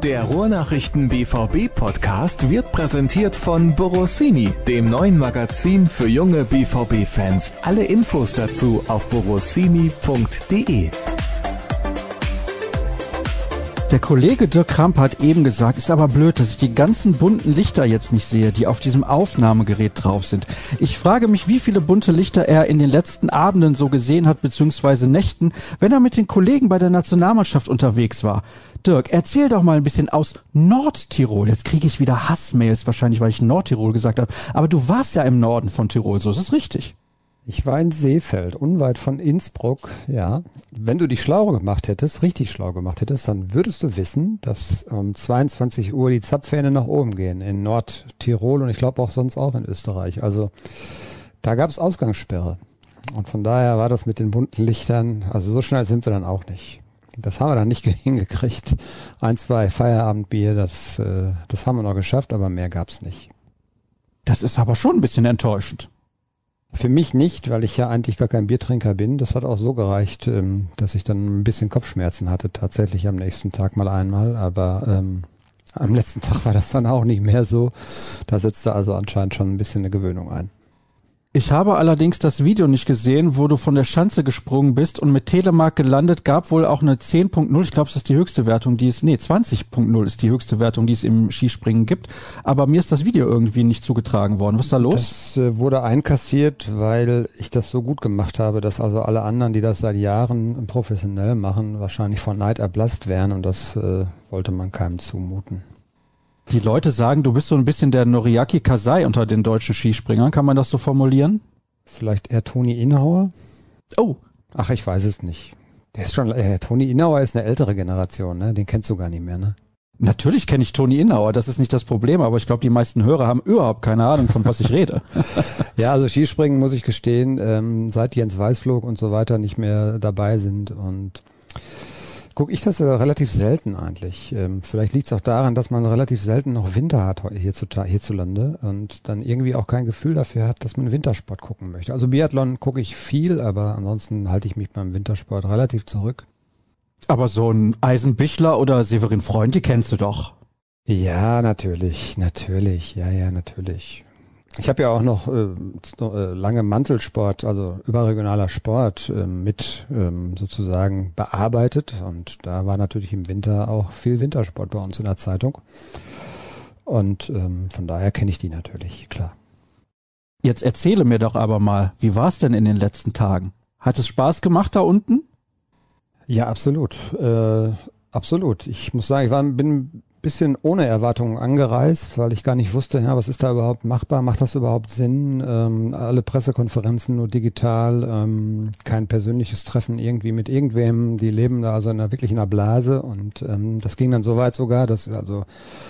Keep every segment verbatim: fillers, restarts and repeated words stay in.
Der Ruhrnachrichten B V B-Podcast wird präsentiert von Borossini, dem neuen Magazin für junge B V B-Fans. Alle Infos dazu auf borossini punkt de. Der Kollege Dirk Kramp hat eben gesagt, ist aber blöd, dass ich die ganzen bunten Lichter jetzt nicht sehe, die auf diesem Aufnahmegerät drauf sind. Ich frage mich, wie viele bunte Lichter er in den letzten Abenden so gesehen hat, beziehungsweise Nächten, wenn er mit den Kollegen bei der Nationalmannschaft unterwegs war. Dirk, erzähl doch mal ein bisschen aus Nordtirol. Jetzt kriege ich wieder Hassmails, wahrscheinlich, weil ich Nordtirol gesagt habe. Aber du warst ja im Norden von Tirol, so ist es richtig. Ich war in Seefeld, unweit von Innsbruck, ja. Wenn du dich schlau gemacht hättest, richtig schlau gemacht hättest, dann würdest du wissen, dass um zweiundzwanzig Uhr die Zapfhähne nach oben gehen in Nordtirol und ich glaube auch sonst auch in Österreich. Also da gab es Ausgangssperre. Und von daher war das mit den bunten Lichtern, also so schnell sind wir dann auch nicht. Das haben wir dann nicht hingekriegt. Ein, zwei Feierabendbier, das, äh, das haben wir noch geschafft, aber mehr gab's nicht. Das ist aber schon ein bisschen enttäuschend. Für mich nicht, weil ich ja eigentlich gar kein Biertrinker bin. Das hat auch so gereicht, ähm, dass ich dann ein bisschen Kopfschmerzen hatte, tatsächlich am nächsten Tag mal einmal. Aber ähm, am letzten Tag war das dann auch nicht mehr so. Da setzte also anscheinend schon ein bisschen eine Gewöhnung ein. Ich habe allerdings das Video nicht gesehen, wo du von der Schanze gesprungen bist und mit Telemark gelandet, gab wohl auch eine zehn Punkt null. Ich glaube, das ist die höchste Wertung, die es, nee, zwanzig Punkt null ist die höchste Wertung, die es im Skispringen gibt. Aber mir ist das Video irgendwie nicht zugetragen worden. Was ist da los? Das äh, wurde einkassiert, weil ich das so gut gemacht habe, dass also alle anderen, die das seit Jahren professionell machen, wahrscheinlich vor Neid erblasst wären und das äh, wollte man keinem zumuten. Die Leute sagen, du bist so ein bisschen der Noriaki Kasai unter den deutschen Skispringern. Kann man das so formulieren? Vielleicht eher Toni Inauer? Oh. Ach, ich weiß es nicht. Der ist schon, äh, Toni Inauer ist eine ältere Generation, ne? Den kennst du gar nicht mehr, ne? Natürlich kenne ich Toni Inauer, das ist nicht das Problem, aber ich glaube, die meisten Hörer haben überhaupt keine Ahnung, von was ich rede. Ja, also Skispringen, muss ich gestehen, ähm, seit Jens Weißflog und so weiter nicht mehr dabei sind und gucke ich das ja relativ selten eigentlich. Ähm, vielleicht liegt es auch daran, dass man relativ selten noch Winter hat hierzulande und dann irgendwie auch kein Gefühl dafür hat, dass man Wintersport gucken möchte. Also Biathlon gucke ich viel, aber ansonsten halte ich mich beim Wintersport relativ zurück. Aber so ein Eisenbichler oder Severin Freund, die kennst du doch. Ja, natürlich, natürlich, ja, ja, natürlich. Ich habe ja auch noch äh, lange Mantelsport, also überregionaler Sport äh, mit ähm, sozusagen bearbeitet und da war natürlich im Winter auch viel Wintersport bei uns in der Zeitung und ähm, von daher kenne ich die natürlich, klar. Jetzt erzähle mir doch aber mal, wie war es denn in den letzten Tagen? Hat es Spaß gemacht da unten? Ja, absolut, äh, absolut. Ich muss sagen, ich war, bin bisschen ohne Erwartungen angereist, weil ich gar nicht wusste, ja, was ist da überhaupt machbar, macht das überhaupt Sinn? Ähm, alle Pressekonferenzen nur digital, ähm, kein persönliches Treffen irgendwie mit irgendwem, die leben da also in einer, wirklich in einer Blase und ähm, das ging dann so weit sogar, dass also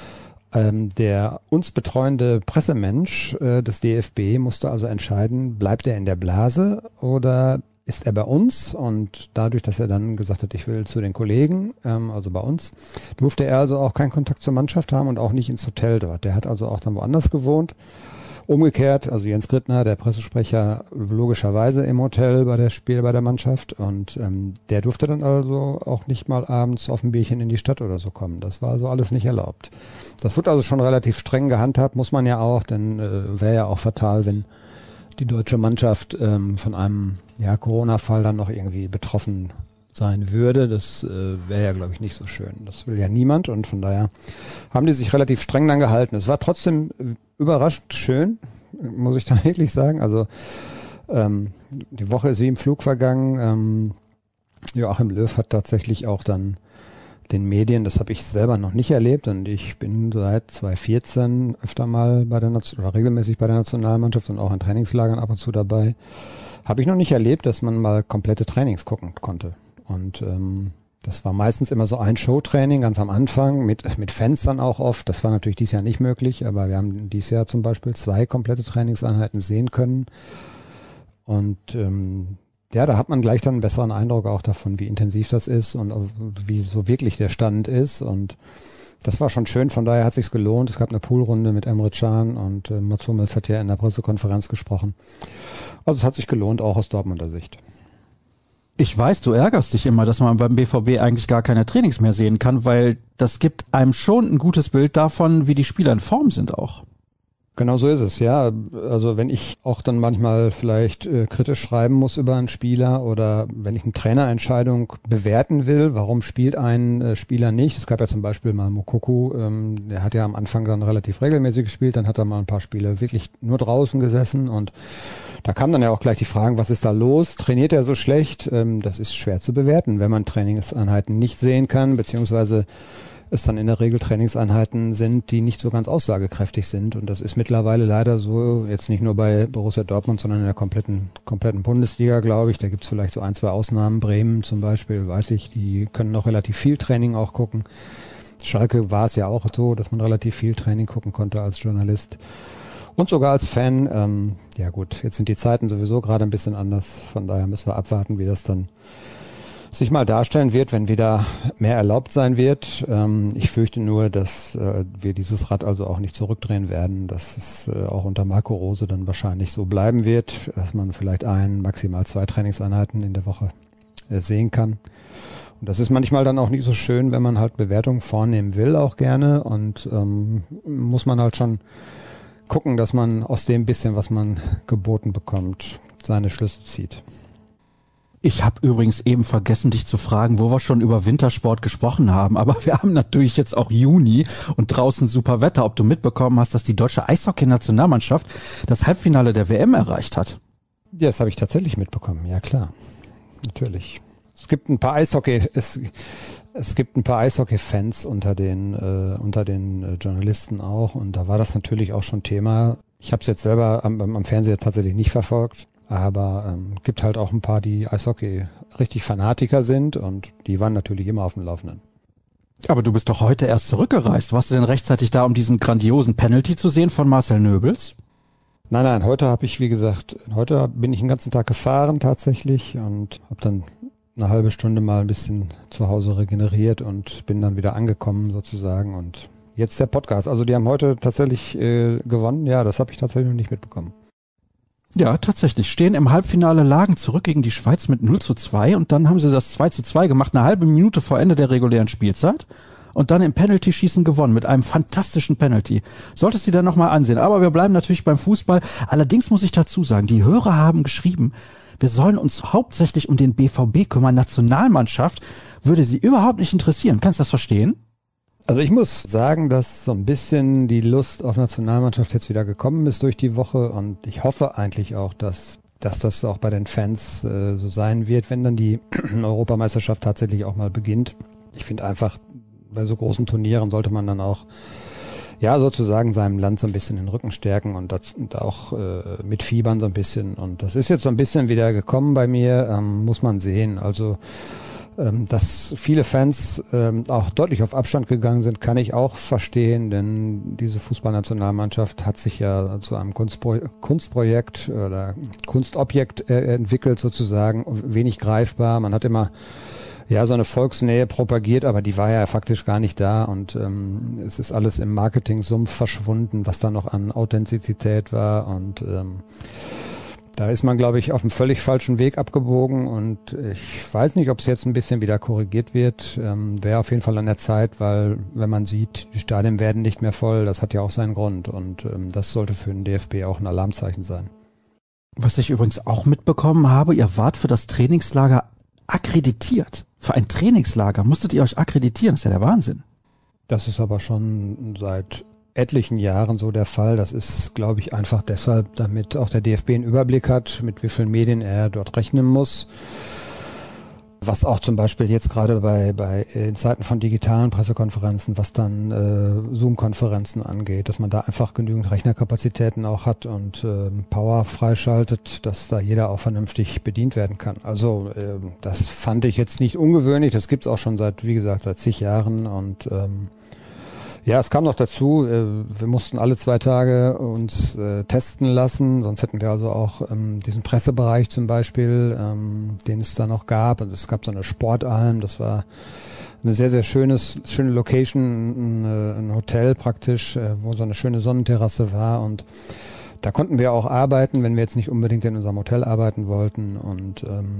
ähm, der uns betreuende Pressemensch äh, des D F B musste also entscheiden, bleibt er in der Blase oder ist er bei uns und dadurch, dass er dann gesagt hat, ich will zu den Kollegen, ähm, also bei uns, durfte er also auch keinen Kontakt zur Mannschaft haben und auch nicht ins Hotel dort. Der hat also auch dann woanders gewohnt. Umgekehrt, also Jens Grittner, der Pressesprecher, logischerweise im Hotel bei der Spiel bei der Mannschaft und ähm, der durfte dann also auch nicht mal abends auf ein Bierchen in die Stadt oder so kommen. Das war also alles nicht erlaubt. Das wird also schon relativ streng gehandhabt, muss man ja auch, denn äh, wäre ja auch fatal, wenn die deutsche Mannschaft ähm, von einem ja, Corona-Fall dann noch irgendwie betroffen sein würde. Das äh, wäre ja, glaube ich, nicht so schön. Das will ja niemand und von daher haben die sich relativ streng dann gehalten. Es war trotzdem überraschend schön, muss ich da wirklich sagen. Also ähm, die Woche ist wie im Flug vergangen. Ähm, Joachim Löw hat tatsächlich auch dann den Medien, das habe ich selber noch nicht erlebt und ich bin seit zweitausendvierzehn öfter mal bei der Nation oder regelmäßig bei der Nationalmannschaft und auch in Trainingslagern ab und zu dabei. Habe ich noch nicht erlebt, dass man mal komplette Trainings gucken konnte. Und ähm, das war meistens immer so ein Showtraining ganz am Anfang mit mit Fans dann auch oft. Das war natürlich dieses Jahr nicht möglich, aber wir haben dieses Jahr zum Beispiel zwei komplette Trainingseinheiten sehen können. Und ähm, ja, da hat man gleich dann einen besseren Eindruck auch davon, wie intensiv das ist und wie so wirklich der Stand ist. Und das war schon schön, von daher hat es sich gelohnt. Es gab eine Poolrunde mit Emre Can und äh, Mats Hummels hat ja in der Pressekonferenz gesprochen. Also es hat sich gelohnt, auch aus Dortmunder Sicht. Ich weiß, du ärgerst dich immer, dass man beim B V B eigentlich gar keine Trainings mehr sehen kann, weil das gibt einem schon ein gutes Bild davon, wie die Spieler in Form sind auch. Genau so ist es, ja. Also wenn ich auch dann manchmal vielleicht äh, kritisch schreiben muss über einen Spieler oder wenn ich eine Trainerentscheidung bewerten will, warum spielt ein äh, Spieler nicht? Es gab ja zum Beispiel mal Moukoko, ähm, der hat ja am Anfang dann relativ regelmäßig gespielt, dann hat er mal ein paar Spiele wirklich nur draußen gesessen und da kamen dann ja auch gleich die Fragen, was ist da los? Trainiert er so schlecht? Ähm, das ist schwer zu bewerten, wenn man Trainingseinheiten nicht sehen kann, beziehungsweise es dann in der Regel Trainingseinheiten sind, die nicht so ganz aussagekräftig sind. Und das ist mittlerweile leider so, jetzt nicht nur bei Borussia Dortmund, sondern in der kompletten kompletten Bundesliga, glaube ich. Da gibt's vielleicht so ein, zwei Ausnahmen. Bremen zum Beispiel, weiß ich, die können noch relativ viel Training auch gucken. Schalke war es ja auch so, dass man relativ viel Training gucken konnte als Journalist. Und sogar als Fan. Ähm, ja gut, jetzt sind die Zeiten sowieso gerade ein bisschen anders. Von daher müssen wir abwarten, wie das dann sich mal darstellen wird, wenn wieder mehr erlaubt sein wird. Ähm, ich fürchte nur, dass äh, wir dieses Rad also auch nicht zurückdrehen werden, dass es äh, auch unter Marco Rose dann wahrscheinlich so bleiben wird, dass man vielleicht ein, maximal zwei Trainingseinheiten in der Woche äh, sehen kann. Und das ist manchmal dann auch nicht so schön, wenn man halt Bewertungen vornehmen will, auch gerne. Und ähm, muss man halt schon gucken, dass man aus dem bisschen, was man geboten bekommt, seine Schlüsse zieht. Ich habe übrigens eben vergessen, dich zu fragen, wo wir schon über Wintersport gesprochen haben. Aber wir haben natürlich jetzt auch Juni und draußen super Wetter. Ob du mitbekommen hast, dass die deutsche Eishockey-Nationalmannschaft das Halbfinale der W M erreicht hat? Ja, das habe ich tatsächlich mitbekommen. Ja, klar. Natürlich. Es gibt ein paar Eishockey, es, es gibt ein paar Eishockey-Fans unter den, äh, unter den äh, Journalisten auch. Und da war das natürlich auch schon Thema. Ich habe es jetzt selber am, am Fernseher tatsächlich nicht verfolgt. Aber ähm, gibt halt auch ein paar, die Eishockey richtig Fanatiker sind und die waren natürlich immer auf dem Laufenden. Aber du bist doch heute erst zurückgereist. Warst du denn rechtzeitig da, um diesen grandiosen Penalty zu sehen von Marcel Nöbels? Nein, nein, heute habe ich, wie gesagt, heute bin ich den ganzen Tag gefahren tatsächlich und habe dann eine halbe Stunde mal ein bisschen zu Hause regeneriert und bin dann wieder angekommen sozusagen. Und jetzt der Podcast. Also die haben heute tatsächlich äh, gewonnen. Ja, das habe ich tatsächlich noch nicht mitbekommen. Ja, tatsächlich. Stehen im Halbfinale, lagen zurück gegen die Schweiz mit null zu zwei und dann haben sie das zwei zu zwei gemacht, eine halbe Minute vor Ende der regulären Spielzeit und dann im Penalty-Schießen gewonnen mit einem fantastischen Penalty. Solltest du dir dann nochmal ansehen. Aber wir bleiben natürlich beim Fußball. Allerdings muss ich dazu sagen, die Hörer haben geschrieben, wir sollen uns hauptsächlich um den B V B kümmern. Nationalmannschaft würde sie überhaupt nicht interessieren. Kannst du das verstehen? Also ich muss sagen, dass so ein bisschen die Lust auf Nationalmannschaft jetzt wieder gekommen ist durch die Woche und ich hoffe eigentlich auch, dass, dass das auch bei den Fans äh, so sein wird, wenn dann die Europameisterschaft tatsächlich auch mal beginnt. Ich finde einfach, bei so großen Turnieren sollte man dann auch ja sozusagen seinem Land so ein bisschen den Rücken stärken und, das, und auch äh, mit Fiebern so ein bisschen. Und das ist jetzt so ein bisschen wieder gekommen bei mir, ähm, muss man sehen. Also dass viele Fans ähm, auch deutlich auf Abstand gegangen sind, kann ich auch verstehen, denn diese Fußballnationalmannschaft hat sich ja zu einem Kunstpro- Kunstprojekt oder Kunstobjekt äh, entwickelt sozusagen, wenig greifbar. Man hat immer ja so eine Volksnähe propagiert, aber die war ja faktisch gar nicht da und ähm, es ist alles im Marketing-Sumpf verschwunden, was da noch an Authentizität war und ähm, da ist man, glaube ich, auf einem völlig falschen Weg abgebogen und ich weiß nicht, ob es jetzt ein bisschen wieder korrigiert wird. Ähm, wäre auf jeden Fall an der Zeit, weil wenn man sieht, die Stadien werden nicht mehr voll, das hat ja auch seinen Grund und ähm, das sollte für den D F B auch ein Alarmzeichen sein. Was ich übrigens auch mitbekommen habe, ihr wart für das Trainingslager akkreditiert. Für ein Trainingslager musstet ihr euch akkreditieren, das ist ja der Wahnsinn. Das ist aber schon seit etlichen Jahren so der Fall. Das ist, glaube ich, einfach deshalb, damit auch der D F B einen Überblick hat, mit wie vielen Medien er dort rechnen muss. Was auch zum Beispiel jetzt gerade bei, bei in Zeiten von digitalen Pressekonferenzen, was dann äh, Zoom-Konferenzen angeht, dass man da einfach genügend Rechnerkapazitäten auch hat und äh, Power freischaltet, dass da jeder auch vernünftig bedient werden kann. Also äh, das fand ich jetzt nicht ungewöhnlich. Das gibt's auch schon seit, wie gesagt, seit zig Jahren und ähm, ja, es kam noch dazu, wir mussten alle zwei Tage uns äh, testen lassen, sonst hätten wir also auch ähm, diesen Pressebereich zum Beispiel, ähm, den es da noch gab. Und es gab so eine Sportalm, das war eine sehr, sehr schönes, schöne Location, ein, ein Hotel praktisch, äh, wo so eine schöne Sonnenterrasse war. Und da konnten wir auch arbeiten, wenn wir jetzt nicht unbedingt in unserem Hotel arbeiten wollten. Und ähm,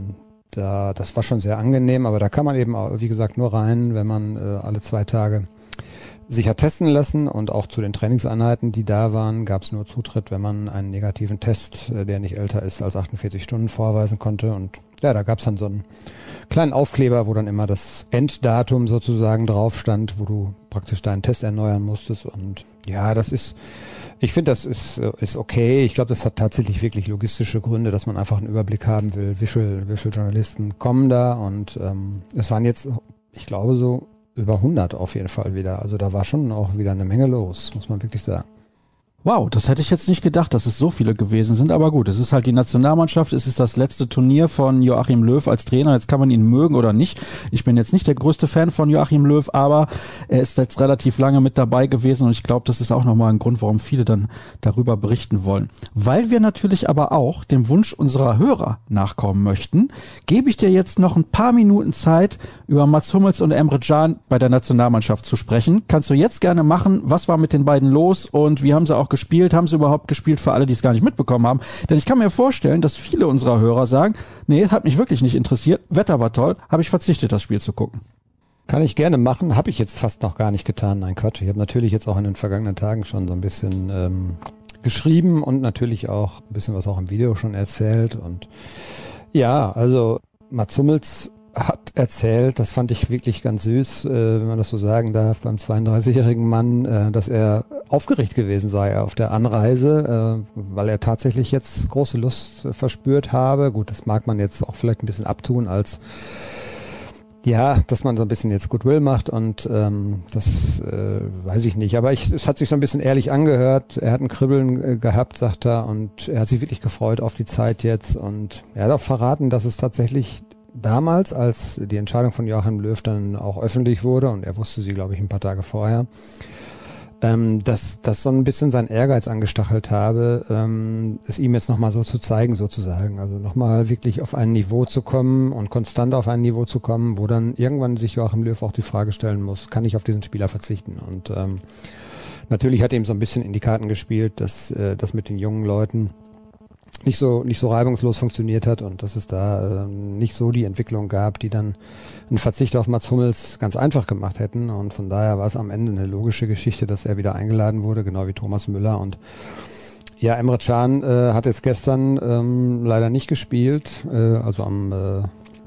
da, das war schon sehr angenehm, aber da kann man eben auch, wie gesagt, nur rein, wenn man äh, alle zwei Tage sich hat testen lassen, und auch zu den Trainingseinheiten, die da waren, gab es nur Zutritt, wenn man einen negativen Test, äh, der nicht älter ist als achtundvierzig Stunden, vorweisen konnte. Und ja, da gab es dann so einen kleinen Aufkleber, wo dann immer das Enddatum sozusagen drauf stand, wo du praktisch deinen Test erneuern musstest. Und ja, das ist, ich finde, das ist, ist okay. Ich glaube, das hat tatsächlich wirklich logistische Gründe, dass man einfach einen Überblick haben will, wie viel, wie viel Journalisten kommen da. Und ähm, es waren jetzt, ich glaube, so über hundert auf jeden Fall wieder. Also da war schon auch wieder eine Menge los, muss man wirklich sagen. Wow, das hätte ich jetzt nicht gedacht, dass es so viele gewesen sind, aber gut, es ist halt die Nationalmannschaft, es ist das letzte Turnier von Joachim Löw als Trainer, jetzt kann man ihn mögen oder nicht. Ich bin jetzt nicht der größte Fan von Joachim Löw, aber er ist jetzt relativ lange mit dabei gewesen und ich glaube, das ist auch nochmal ein Grund, warum viele dann darüber berichten wollen. Weil wir natürlich aber auch dem Wunsch unserer Hörer nachkommen möchten, gebe ich dir jetzt noch ein paar Minuten Zeit, über Mats Hummels und Emre Can bei der Nationalmannschaft zu sprechen. Kannst du jetzt gerne machen, was war mit den beiden los und wie haben sie auch gespielt, haben sie überhaupt gespielt, für alle, die es gar nicht mitbekommen haben. Denn ich kann mir vorstellen, dass viele unserer Hörer sagen, nee, hat mich wirklich nicht interessiert, Wetter war toll, habe ich verzichtet, das Spiel zu gucken. Kann ich gerne machen, habe ich jetzt fast noch gar nicht getan, nein Quatsch. Ich habe natürlich jetzt auch in den vergangenen Tagen schon so ein bisschen ähm, geschrieben und natürlich auch ein bisschen was auch im Video schon erzählt. Und ja, also Mats Hummels hat erzählt, das fand ich wirklich ganz süß, äh, wenn man das so sagen darf, beim zweiunddreißigjährigen Mann, äh, dass er aufgeregt gewesen sei auf der Anreise, äh, weil er tatsächlich jetzt große Lust äh, verspürt habe. Gut, das mag man jetzt auch vielleicht ein bisschen abtun als, ja, dass man so ein bisschen jetzt Goodwill macht und ähm, das äh, weiß ich nicht. Aber ich, es hat sich so ein bisschen ehrlich angehört. Er hat ein Kribbeln äh, gehabt, sagt er, und er hat sich wirklich gefreut auf die Zeit jetzt. Und er hat auch verraten, dass es tatsächlich damals, als die Entscheidung von Joachim Löw dann auch öffentlich wurde, und er wusste sie, glaube ich, ein paar Tage vorher, ähm, dass das so ein bisschen sein Ehrgeiz angestachelt habe, ähm, es ihm jetzt nochmal so zu zeigen sozusagen. Also nochmal wirklich auf ein Niveau zu kommen und konstant auf ein Niveau zu kommen, wo dann irgendwann sich Joachim Löw auch die Frage stellen muss, kann ich auf diesen Spieler verzichten? Und ähm, natürlich hat er ihm so ein bisschen in die Karten gespielt, dass äh, das mit den jungen Leuten nicht so nicht so reibungslos funktioniert hat und dass es da äh, nicht so die Entwicklung gab, die dann einen Verzicht auf Mats Hummels ganz einfach gemacht hätten. Und von daher war es am Ende eine logische Geschichte, dass er wieder eingeladen wurde, genau wie Thomas Müller. Und ja, Emre Can äh, hat jetzt gestern ähm, leider nicht gespielt, äh, also am äh,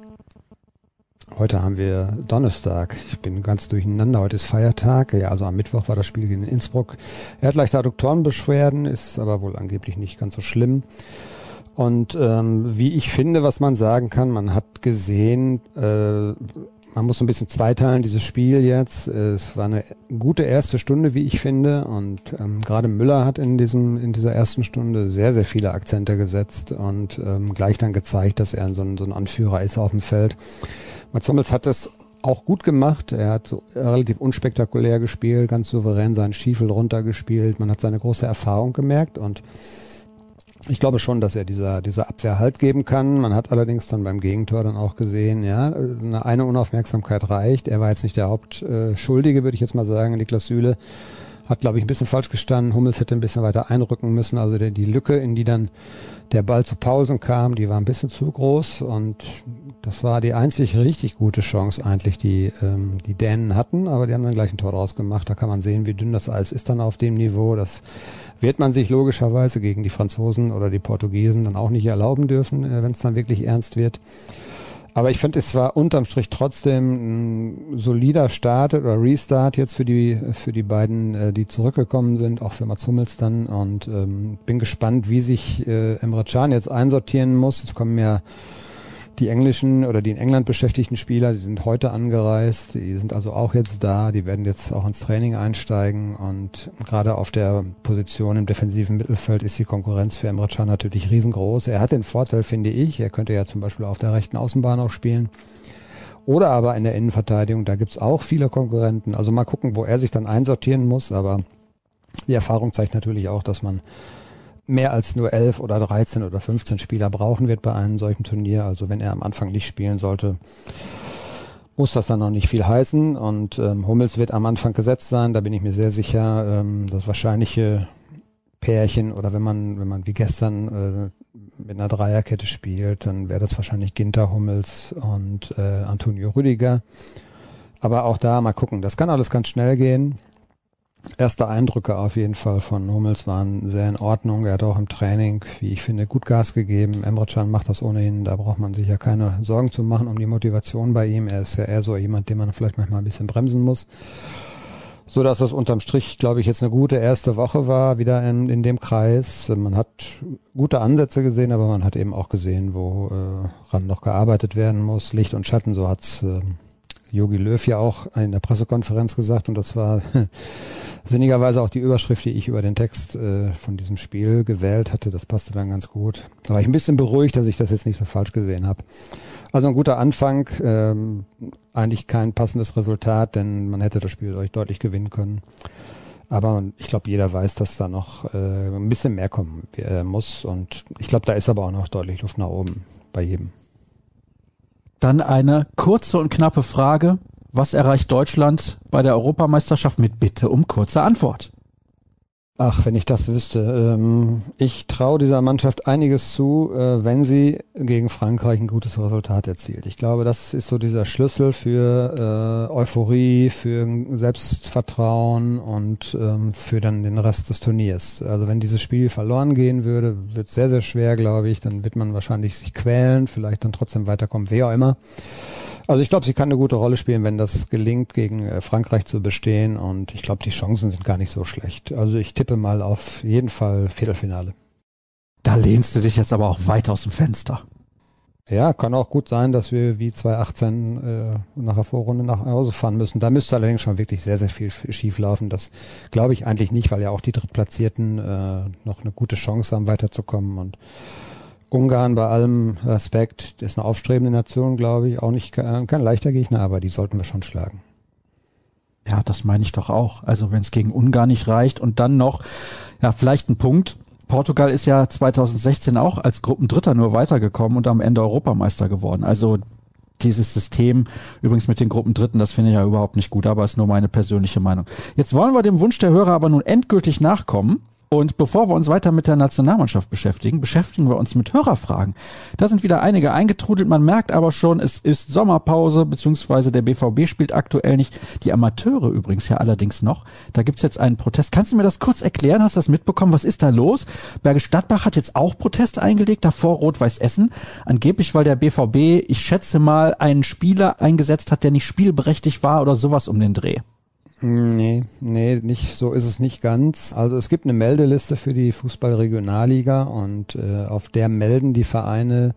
heute haben wir Donnerstag. Ich bin ganz durcheinander. Heute ist Feiertag. Ja, also am Mittwoch war das Spiel gegen Innsbruck. Er hat leichte Adduktorenbeschwerden, ist aber wohl angeblich nicht ganz so schlimm. Und ähm, wie ich finde, was man sagen kann, man hat gesehen, äh, man muss so ein bisschen zweiteilen, dieses Spiel jetzt. Es war eine gute erste Stunde, wie ich finde. Und ähm, gerade Müller hat in diesem in dieser ersten Stunde sehr, sehr viele Akzente gesetzt und ähm, gleich dann gezeigt, dass er so ein, so ein Anführer ist auf dem Feld. Mats Hummels hat das auch gut gemacht. Er hat so relativ unspektakulär gespielt, ganz souverän seinen Stiefel runtergespielt. Man hat seine große Erfahrung gemerkt und ich glaube schon, dass er dieser dieser Abwehr Halt geben kann. Man hat allerdings dann beim Gegentor dann auch gesehen, ja, eine, eine Unaufmerksamkeit reicht. Er war jetzt nicht der Hauptschuldige, würde ich jetzt mal sagen. Niklas Süle hat, glaube ich, ein bisschen falsch gestanden. Hummels hätte ein bisschen weiter einrücken müssen. Also der, die Lücke, in die dann der Ball zu Paulsen kam, die war ein bisschen zu groß und das war die einzig richtig gute Chance eigentlich, die ähm, die Dänen hatten, aber die haben dann gleich ein Tor draus gemacht. Da kann man sehen, wie dünn das Eis ist dann auf dem Niveau. Das wird man sich logischerweise gegen die Franzosen oder die Portugiesen dann auch nicht erlauben dürfen, äh, wenn es dann wirklich ernst wird. Aber ich finde, es war unterm Strich trotzdem ein solider Start oder Restart jetzt für die für die beiden, äh, die zurückgekommen sind, auch für Mats Hummels dann. Und ähm, bin gespannt, wie sich äh, Emre Can jetzt einsortieren muss. Es kommen ja die englischen oder die in England beschäftigten Spieler, die sind heute angereist, die sind also auch jetzt da, die werden jetzt auch ins Training einsteigen und gerade auf der Position im defensiven Mittelfeld ist die Konkurrenz für Emre Can natürlich riesengroß. Er hat den Vorteil, finde ich, er könnte ja zum Beispiel auf der rechten Außenbahn auch spielen oder aber in der Innenverteidigung, da gibt's auch viele Konkurrenten. Also mal gucken, wo er sich dann einsortieren muss, aber die Erfahrung zeigt natürlich auch, dass man mehr als nur elf oder dreizehn oder fünfzehn Spieler brauchen wird bei einem solchen Turnier. Also wenn er am Anfang nicht spielen sollte, muss das dann noch nicht viel heißen. Und ähm, Hummels wird am Anfang gesetzt sein, da bin ich mir sehr sicher. Ähm, das wahrscheinliche Pärchen oder wenn man wenn man wie gestern äh, mit einer Dreierkette spielt, dann wäre das wahrscheinlich Ginter, Hummels und äh, Antonio Rüdiger. Aber auch da mal gucken, das kann alles ganz schnell gehen. Erste Eindrücke auf jeden Fall von Hummels waren sehr in Ordnung. Er hat auch im Training, wie ich finde, gut Gas gegeben. Emre Can macht das ohnehin, da braucht man sich ja keine Sorgen zu machen um die Motivation bei ihm. Er ist ja eher so jemand, den man vielleicht manchmal ein bisschen bremsen muss. So dass das unterm Strich, glaube ich, jetzt eine gute erste Woche war, wieder in, in dem Kreis. Man hat gute Ansätze gesehen, aber man hat eben auch gesehen, woran äh, noch gearbeitet werden muss. Licht und Schatten, so hat's äh, Jogi Löw ja auch in der Pressekonferenz gesagt, und das war sinnigerweise auch die Überschrift, die ich über den Text äh, von diesem Spiel gewählt hatte. Das passte dann ganz gut. Da war ich ein bisschen beruhigt, dass ich das jetzt nicht so falsch gesehen habe. Also ein guter Anfang, ähm, eigentlich kein passendes Resultat, denn man hätte das Spiel deutlich gewinnen können. Aber ich glaube, jeder weiß, dass da noch äh, ein bisschen mehr kommen äh, muss, und ich glaube, da ist aber auch noch deutlich Luft nach oben bei jedem. Dann eine kurze und knappe Frage. Was erreicht Deutschland bei der Europameisterschaft, mit Bitte um kurze Antwort? Ach, wenn ich das wüsste. Ähm, ich traue dieser Mannschaft einiges zu, äh, wenn sie gegen Frankreich ein gutes Resultat erzielt. Ich glaube, das ist so dieser Schlüssel für äh, Euphorie, für Selbstvertrauen und ähm, für dann den Rest des Turniers. Also wenn dieses Spiel verloren gehen würde, wird es sehr, sehr schwer, glaube ich. Dann wird man wahrscheinlich sich quälen, vielleicht dann trotzdem weiterkommen, wer auch immer. Also ich glaube, sie kann eine gute Rolle spielen, wenn das gelingt, gegen äh, Frankreich zu bestehen, und ich glaube, die Chancen sind gar nicht so schlecht. Also ich tippe mal auf jeden Fall Viertelfinale. Da lehnst du dich jetzt aber auch weit aus dem Fenster. Ja, kann auch gut sein, dass wir wie zweitausendachtzehn äh, nach der Vorrunde nach Hause fahren müssen. Da müsste allerdings schon wirklich sehr, sehr viel schief laufen. Das glaube ich eigentlich nicht, weil ja auch die Drittplatzierten äh, noch eine gute Chance haben, weiterzukommen, und Ungarn, bei allem Respekt, ist eine aufstrebende Nation, glaube ich, auch nicht kein, kein leichter Gegner, aber die sollten wir schon schlagen. Ja, das meine ich doch auch. Also wenn es gegen Ungarn nicht reicht und dann noch, ja, vielleicht ein Punkt. Portugal ist ja zweitausendsechzehn auch als Gruppendritter nur weitergekommen und am Ende Europameister geworden. Also dieses System, übrigens mit den Gruppendritten, das finde ich ja überhaupt nicht gut, aber ist nur meine persönliche Meinung. Jetzt wollen wir dem Wunsch der Hörer aber nun endgültig nachkommen. Und bevor wir uns weiter mit der Nationalmannschaft beschäftigen, beschäftigen wir uns mit Hörerfragen. Da sind wieder einige eingetrudelt. Man merkt aber schon, es ist Sommerpause, beziehungsweise der B V B spielt aktuell nicht. Die Amateure übrigens ja allerdings noch. Da gibt's jetzt einen Protest. Kannst du mir das kurz erklären? Hast du das mitbekommen? Was ist da los? Bergisch Gladbach hat jetzt auch Protest eingelegt, davor Rot-Weiß Essen. Angeblich, weil der B V B, ich schätze mal, einen Spieler eingesetzt hat, der nicht spielberechtigt war oder sowas um den Dreh. Nee, nee, nicht, so ist es nicht ganz. Also es gibt eine Meldeliste für die Fußball-Regionalliga, und äh, auf der melden die Vereine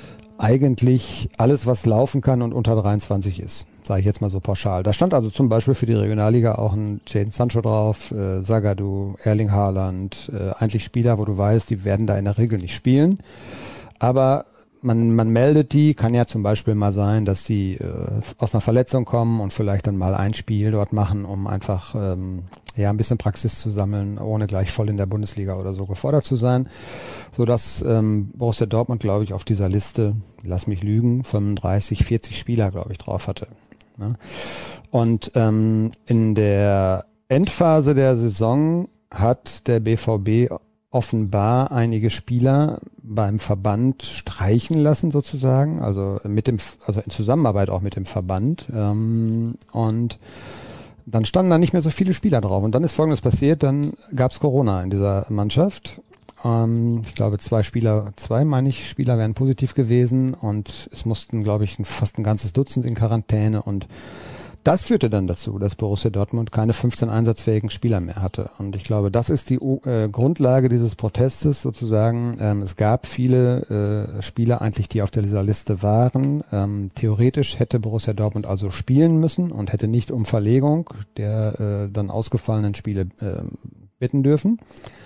eigentlich alles, was laufen kann und unter dreiundzwanzig ist, sage ich jetzt mal so pauschal. Da stand also zum Beispiel für die Regionalliga auch ein Jadon Sancho drauf, äh, Zagadou, Erling Haaland, äh, eigentlich Spieler, wo du weißt, die werden da in der Regel nicht spielen. Aber Man, man meldet die, kann ja zum Beispiel mal sein, dass die äh, aus einer Verletzung kommen und vielleicht dann mal ein Spiel dort machen, um einfach ähm, ja ein bisschen Praxis zu sammeln, ohne gleich voll in der Bundesliga oder so gefordert zu sein. So dass ähm, Borussia Dortmund, glaube ich, auf dieser Liste, lass mich lügen, fünfunddreißig, vierzig Spieler, glaube ich, drauf hatte. Ne? Und ähm, in der Endphase der Saison hat der B V B offenbar einige Spieler beim Verband streichen lassen sozusagen, also mit dem, also in Zusammenarbeit auch mit dem Verband, ähm, und dann standen da nicht mehr so viele Spieler drauf, und dann ist Folgendes passiert, dann gab es Corona in dieser Mannschaft. Ähm, ich glaube, zwei Spieler, zwei meine ich, Spieler wären positiv gewesen, und es mussten, glaube ich, fast ein ganzes Dutzend in Quarantäne, und das führte dann dazu, dass Borussia Dortmund keine fünfzehn einsatzfähigen Spieler mehr hatte. Und ich glaube, das ist die äh, Grundlage dieses Protestes sozusagen. Ähm, es gab viele äh, Spieler eigentlich, die auf dieser Liste waren. Ähm, theoretisch hätte Borussia Dortmund also spielen müssen und hätte nicht um Verlegung der äh, dann ausgefallenen Spiele äh, bitten dürfen.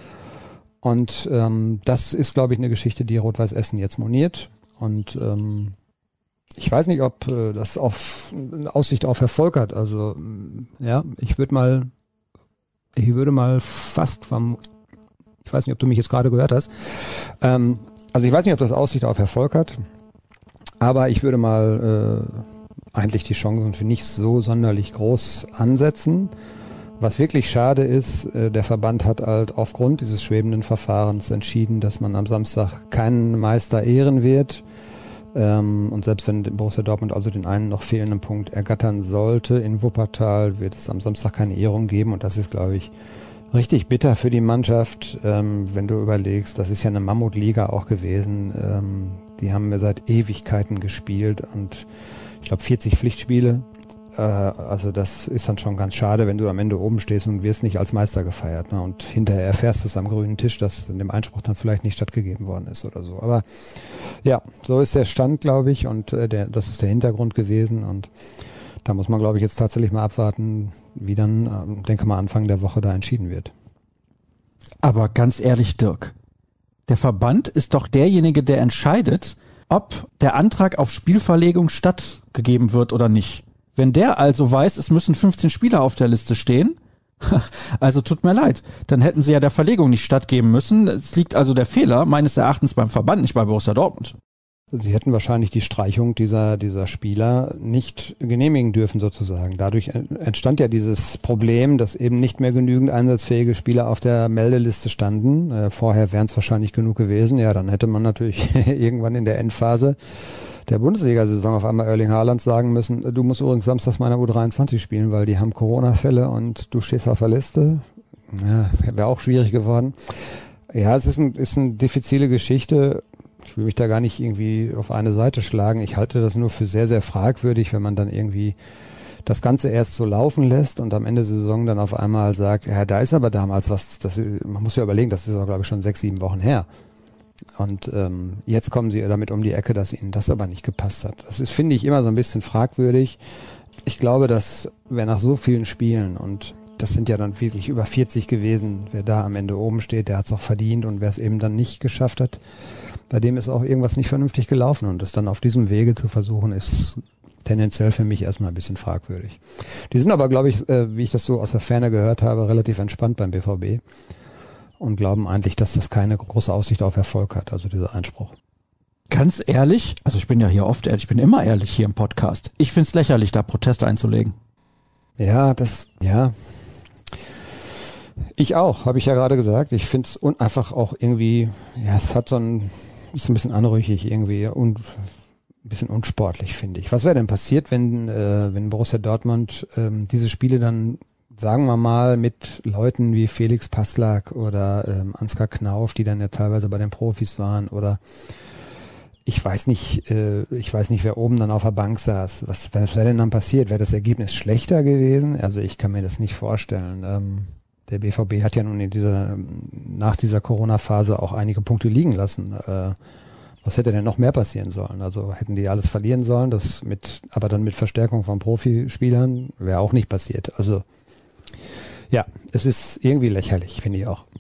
Und ähm, das ist, glaube ich, eine Geschichte, die Rot-Weiß Essen jetzt moniert. Und ähm, ich weiß nicht, ob äh, das auf eine Aussicht auf Erfolg hat. Also ja, ich würde mal, ich würde mal fast vom, ich weiß nicht, ob du mich jetzt gerade gehört hast. Ähm, also ich weiß nicht, ob das Aussicht auf Erfolg hat, aber ich würde mal äh, eigentlich die Chancen für nicht so sonderlich groß ansetzen, Was wirklich schade ist, äh, der Verband hat halt aufgrund dieses schwebenden Verfahrens entschieden, dass man am Samstag keinen Meister ehren wird. Ähm, und selbst wenn Borussia Dortmund also den einen noch fehlenden Punkt ergattern sollte in Wuppertal, wird es am Samstag keine Ehrung geben. Und das ist, glaube ich, richtig bitter für die Mannschaft, ähm, wenn du überlegst, das ist ja eine Mammutliga auch gewesen. Ähm, die haben ja seit Ewigkeiten gespielt und ich glaube vierzig Pflichtspiele. Äh, also das ist dann schon ganz schade, wenn du am Ende oben stehst und wirst nicht als Meister gefeiert. Ne? Und hinterher erfährst du es am grünen Tisch, dass in dem Einspruch dann vielleicht nicht stattgegeben worden ist oder so. Aber ja, so ist der Stand, glaube ich, und äh, der, das ist der Hintergrund gewesen. Und da muss man, glaube ich, jetzt tatsächlich mal abwarten, wie dann, äh, denke mal, Anfang der Woche da entschieden wird. Aber ganz ehrlich, Dirk, der Verband ist doch derjenige, der entscheidet, ob der Antrag auf Spielverlegung stattgegeben wird oder nicht. Wenn der also weiß, es müssen fünfzehn Spieler auf der Liste stehen, also tut mir leid, dann hätten sie ja der Verlegung nicht stattgeben müssen. Es liegt also der Fehler meines Erachtens beim Verband, nicht bei Borussia Dortmund. Sie hätten wahrscheinlich die Streichung dieser, dieser Spieler nicht genehmigen dürfen sozusagen. Dadurch entstand ja dieses Problem, dass eben nicht mehr genügend einsatzfähige Spieler auf der Meldeliste standen. Äh, vorher wären es wahrscheinlich genug gewesen. Ja, dann hätte man natürlich irgendwann in der Endphase der Bundesliga-Saison auf einmal Erling Haaland sagen müssen, du musst übrigens samstags meiner U dreiundzwanzig spielen, weil die haben Corona-Fälle und du stehst auf der Liste. Ja, wäre auch schwierig geworden. Ja, es ist, ein, ist eine diffizile Geschichte. Ich will mich da gar nicht irgendwie auf eine Seite schlagen. Ich halte das nur für sehr, sehr fragwürdig, wenn man dann irgendwie das Ganze erst so laufen lässt und am Ende der Saison dann auf einmal sagt, ja, da ist aber damals was, das, man muss ja überlegen, das ist, glaube ich, schon sechs, sieben Wochen her. Und ähm, jetzt kommen sie damit um die Ecke, dass ihnen das aber nicht gepasst hat. Das ist, finde ich, immer so ein bisschen fragwürdig. Ich glaube, dass wer nach so vielen Spielen, und das sind ja dann wirklich über vierzig gewesen, wer da am Ende oben steht, der hat es auch verdient, und wer es eben dann nicht geschafft hat, bei dem ist auch irgendwas nicht vernünftig gelaufen, und das dann auf diesem Wege zu versuchen, ist tendenziell für mich erstmal ein bisschen fragwürdig. Die sind aber, glaube ich, äh, wie ich das so aus der Ferne gehört habe, relativ entspannt beim B V B. Und glauben eigentlich, dass das keine große Aussicht auf Erfolg hat, also dieser Einspruch. Ganz ehrlich, also ich bin ja hier oft ehrlich, ich bin immer ehrlich hier im Podcast. Ich finde es lächerlich, da Proteste einzulegen. Ja, das, ja. Ich auch, habe ich ja gerade gesagt. Ich finde es einfach auch irgendwie, ja, es hat so ein, ist ein bisschen anrüchig irgendwie und ein bisschen unsportlich, finde ich. Was wäre denn passiert, wenn, äh, wenn Borussia Dortmund ähm, diese Spiele dann, sagen wir mal, mit Leuten wie Felix Passlack oder ähm, Ansgar Knauf, die dann ja teilweise bei den Profis waren, oder ich weiß nicht, äh, ich weiß nicht, wer oben dann auf der Bank saß. Was, was wäre denn dann passiert? Wäre das Ergebnis schlechter gewesen? Also ich kann mir das nicht vorstellen. Ähm, der B V B hat ja nun in dieser, nach dieser Corona-Phase auch einige Punkte liegen lassen. Äh, was hätte denn noch mehr passieren sollen? Also hätten die alles verlieren sollen, das mit, aber dann mit Verstärkung von Profispielern wäre auch nicht passiert. Also ja, es ist irgendwie lächerlich, finde ich auch.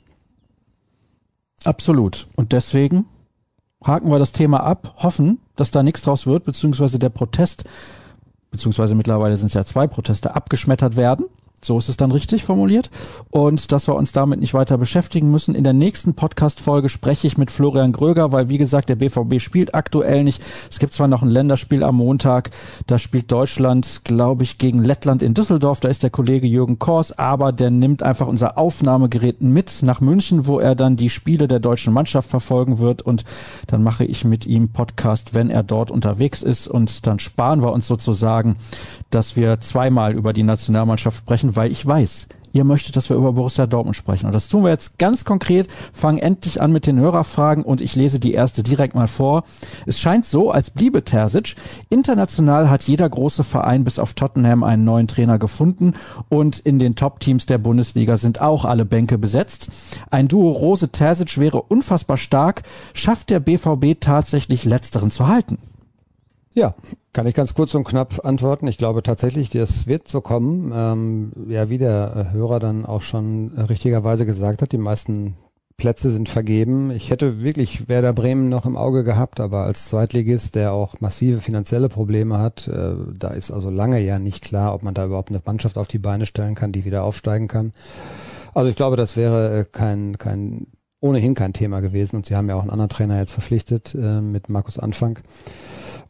Absolut. Und deswegen haken wir das Thema ab, hoffen, dass da nichts draus wird, beziehungsweise der Protest, beziehungsweise mittlerweile sind es ja zwei Proteste, abgeschmettert werden. So ist es dann richtig formuliert. Und dass wir uns damit nicht weiter beschäftigen müssen. In der nächsten Podcast-Folge spreche ich mit Florian Gröger, weil, wie gesagt, der B V B spielt aktuell nicht. Es gibt zwar noch ein Länderspiel am Montag. Da spielt Deutschland, glaube ich, gegen Lettland in Düsseldorf. Da ist der Kollege Jürgen Kors. Aber der nimmt einfach unser Aufnahmegerät mit nach München, wo er dann die Spiele der deutschen Mannschaft verfolgen wird. Und dann mache ich mit ihm Podcast, wenn er dort unterwegs ist. Und dann sparen wir uns sozusagen, dass wir zweimal über die Nationalmannschaft sprechen, weil ich weiß, ihr möchtet, dass wir über Borussia Dortmund sprechen. Und das tun wir jetzt ganz konkret, fangen endlich an mit den Hörerfragen und ich lese die erste direkt mal vor. Es scheint so, als bliebe Terzic. International hat jeder große Verein bis auf Tottenham einen neuen Trainer gefunden und in den Top-Teams der Bundesliga sind auch alle Bänke besetzt. Ein Duo Rose-Terzic wäre unfassbar stark. Schafft der B V B tatsächlich Letzteren zu halten? Ja, kann ich ganz kurz und knapp antworten. Ich glaube tatsächlich, das wird so kommen. Ähm, ja, wie der Hörer dann auch schon richtigerweise gesagt hat, die meisten Plätze sind vergeben. Ich hätte wirklich Werder Bremen noch im Auge gehabt, aber als Zweitligist, der auch massive finanzielle Probleme hat, äh, da ist also lange ja nicht klar, ob man da überhaupt eine Mannschaft auf die Beine stellen kann, die wieder aufsteigen kann. Also ich glaube, das wäre kein, kein, ohnehin kein Thema gewesen und sie haben ja auch einen anderen Trainer jetzt verpflichtet äh, mit Markus Anfang.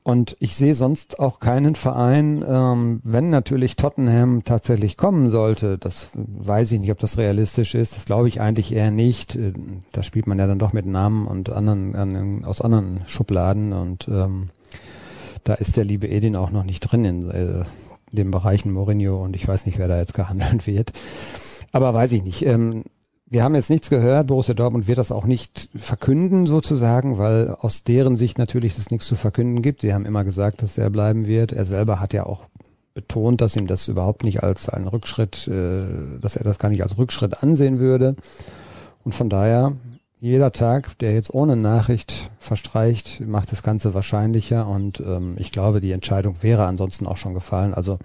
Und ich sehe sonst auch keinen Verein, ähm, wenn natürlich Tottenham tatsächlich kommen sollte, das weiß ich nicht, ob das realistisch ist, das glaube ich eigentlich eher nicht. Da spielt man ja dann doch mit Namen und anderen an, aus anderen Schubladen und ähm, da ist der liebe Edin auch noch nicht drin in äh, den Bereichen Mourinho und ich weiß nicht, wer da jetzt gehandelt wird. Aber weiß ich nicht. Ähm, Wir haben jetzt nichts gehört, Borussia Dortmund wird das auch nicht verkünden sozusagen, weil aus deren Sicht natürlich es nichts zu verkünden gibt. Sie haben immer gesagt, dass er bleiben wird. Er selber hat ja auch betont, dass ihm das überhaupt nicht als einen Rückschritt, äh, dass er das gar nicht als Rückschritt ansehen würde. Und von daher, jeder Tag, der jetzt ohne Nachricht verstreicht, macht das Ganze wahrscheinlicher und ähm, ich glaube, die Entscheidung wäre ansonsten auch schon gefallen. Also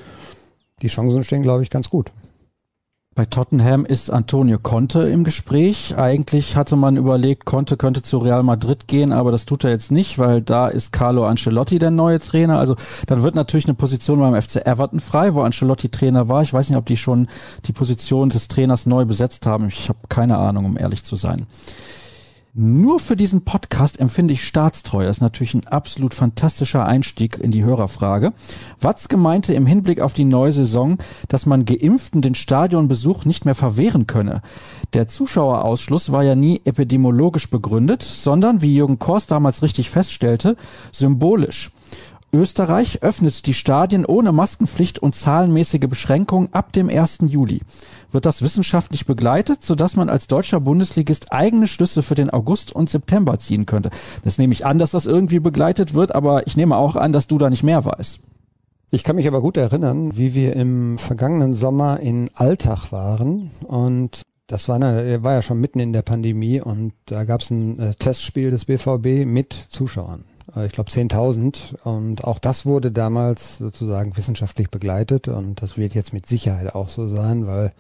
die Chancen stehen, glaube ich, ganz gut. Bei Tottenham ist Antonio Conte im Gespräch. Eigentlich hatte man überlegt, Conte könnte zu Real Madrid gehen, aber das tut er jetzt nicht, weil da ist Carlo Ancelotti der neue Trainer. Also dann wird natürlich eine Position beim F C Everton frei, wo Ancelotti Trainer war. Ich weiß nicht, ob die schon die Position des Trainers neu besetzt haben. Ich habe keine Ahnung, um ehrlich zu sein. Nur für diesen Podcast empfinde ich Staatstreu. Das ist natürlich ein absolut fantastischer Einstieg in die Hörerfrage. Watzke meinte im Hinblick auf die neue Saison, dass man Geimpften den Stadionbesuch nicht mehr verwehren könne. Der Zuschauerausschluss war ja nie epidemiologisch begründet, sondern, wie Jürgen Kors damals richtig feststellte, symbolisch. Österreich öffnet die Stadien ohne Maskenpflicht und zahlenmäßige Beschränkungen ab dem ersten Juli. Wird das wissenschaftlich begleitet, sodass man als deutscher Bundesligist eigene Schlüsse für den August und September ziehen könnte? Das nehme ich an, dass das irgendwie begleitet wird, aber ich nehme auch an, dass du da nicht mehr weißt. Ich kann mich aber gut erinnern, wie wir im vergangenen Sommer in Altach waren und das war, eine, war ja schon mitten in der Pandemie und da gab es ein äh, Testspiel des B V B mit Zuschauern. Ich glaube zehntausend und auch das wurde damals sozusagen wissenschaftlich begleitet und das wird jetzt mit Sicherheit auch so sein, weil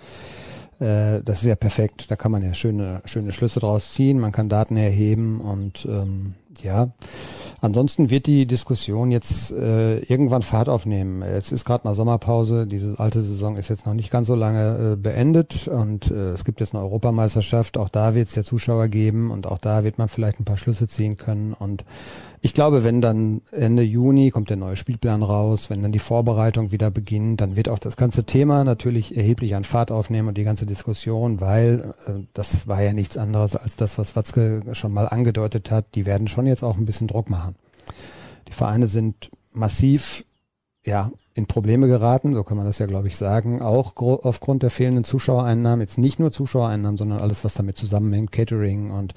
äh, das ist ja perfekt, da kann man ja schöne schöne Schlüsse draus ziehen, man kann Daten erheben und ähm, ja, ansonsten wird die Diskussion jetzt äh, irgendwann Fahrt aufnehmen. Jetzt ist gerade mal Sommerpause, diese alte Saison ist jetzt noch nicht ganz so lange äh, beendet und äh, es gibt jetzt eine Europameisterschaft, auch da wird es ja Zuschauer geben und auch da wird man vielleicht ein paar Schlüsse ziehen können und ich glaube, wenn dann Ende Juni kommt der neue Spielplan raus, wenn dann die Vorbereitung wieder beginnt, dann wird auch das ganze Thema natürlich erheblich an Fahrt aufnehmen und die ganze Diskussion, weil äh, das war ja nichts anderes als das, was Watzke schon mal angedeutet hat. Die werden schon jetzt auch ein bisschen Druck machen. Die Vereine sind massiv, ja, in Probleme geraten, so kann man das ja, glaube ich, sagen, auch gro- aufgrund der fehlenden Zuschauereinnahmen, jetzt nicht nur Zuschauereinnahmen, sondern alles, was damit zusammenhängt, Catering und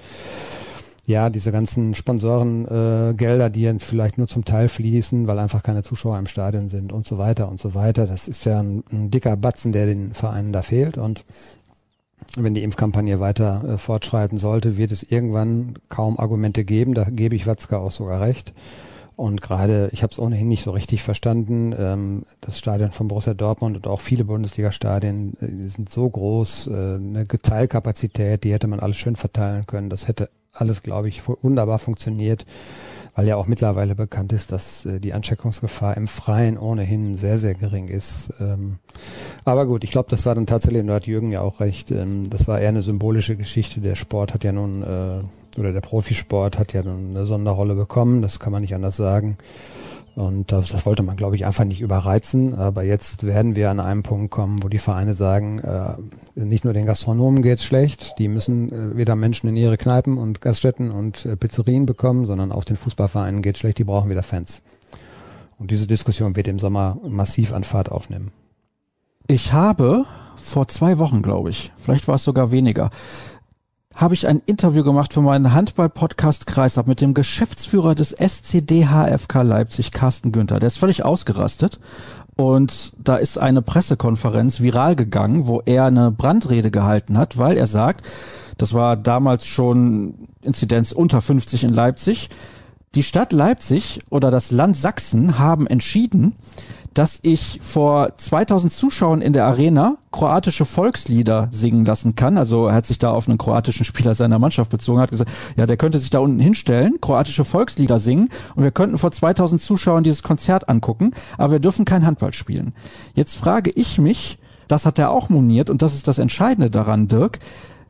ja, diese ganzen Sponsorengelder, äh, Gelder, die jetzt vielleicht nur zum Teil fließen, weil einfach keine Zuschauer im Stadion sind und so weiter und so weiter. Das ist ja ein, ein dicker Batzen, der den Vereinen da fehlt. Und wenn die Impfkampagne weiter äh, fortschreiten sollte, wird es irgendwann kaum Argumente geben. Da gebe ich Watzke auch sogar recht. Und gerade, ich habe es ohnehin nicht so richtig verstanden, ähm, das Stadion von Borussia Dortmund und auch viele Bundesliga-Stadien äh, sind so groß, äh, eine Teilkapazität, die hätte man alles schön verteilen können. Das hätte alles, glaube ich, wunderbar funktioniert, weil ja auch mittlerweile bekannt ist, dass äh, die Ansteckungsgefahr im Freien ohnehin sehr, sehr gering ist. Ähm, aber gut, ich glaube, das war dann tatsächlich, und da hat Jürgen ja auch recht, ähm, das war eher eine symbolische Geschichte. Der Sport hat ja nun, äh, oder der Profisport hat ja nun eine Sonderrolle bekommen, das kann man nicht anders sagen. Und das, das wollte man, glaube ich, einfach nicht überreizen. Aber jetzt werden wir an einem Punkt kommen, wo die Vereine sagen, äh, nicht nur den Gastronomen geht's schlecht, die müssen äh, wieder Menschen in ihre Kneipen und Gaststätten und äh, Pizzerien bekommen, sondern auch den Fußballvereinen geht's schlecht, die brauchen wieder Fans. Und diese Diskussion wird im Sommer massiv an Fahrt aufnehmen. Ich habe vor zwei Wochen, glaube ich, vielleicht war es sogar weniger, habe ich ein Interview gemacht für meinen Handball-Podcast Kreisab mit dem Geschäftsführer des S C D H F K Leipzig, Carsten Günther. Der ist völlig ausgerastet und da ist eine Pressekonferenz viral gegangen, wo er eine Brandrede gehalten hat, weil er sagt, das war damals schon Inzidenz unter fünfzig in Leipzig, die Stadt Leipzig oder das Land Sachsen haben entschieden, dass ich vor zweitausend Zuschauern in der Arena kroatische Volkslieder singen lassen kann. Also er hat sich da auf einen kroatischen Spieler seiner Mannschaft bezogen, hat gesagt, ja, der könnte sich da unten hinstellen, kroatische Volkslieder singen und wir könnten vor zweitausend Zuschauern dieses Konzert angucken, aber wir dürfen kein Handball spielen. Jetzt frage ich mich, das hat er auch moniert und das ist das Entscheidende daran, Dirk,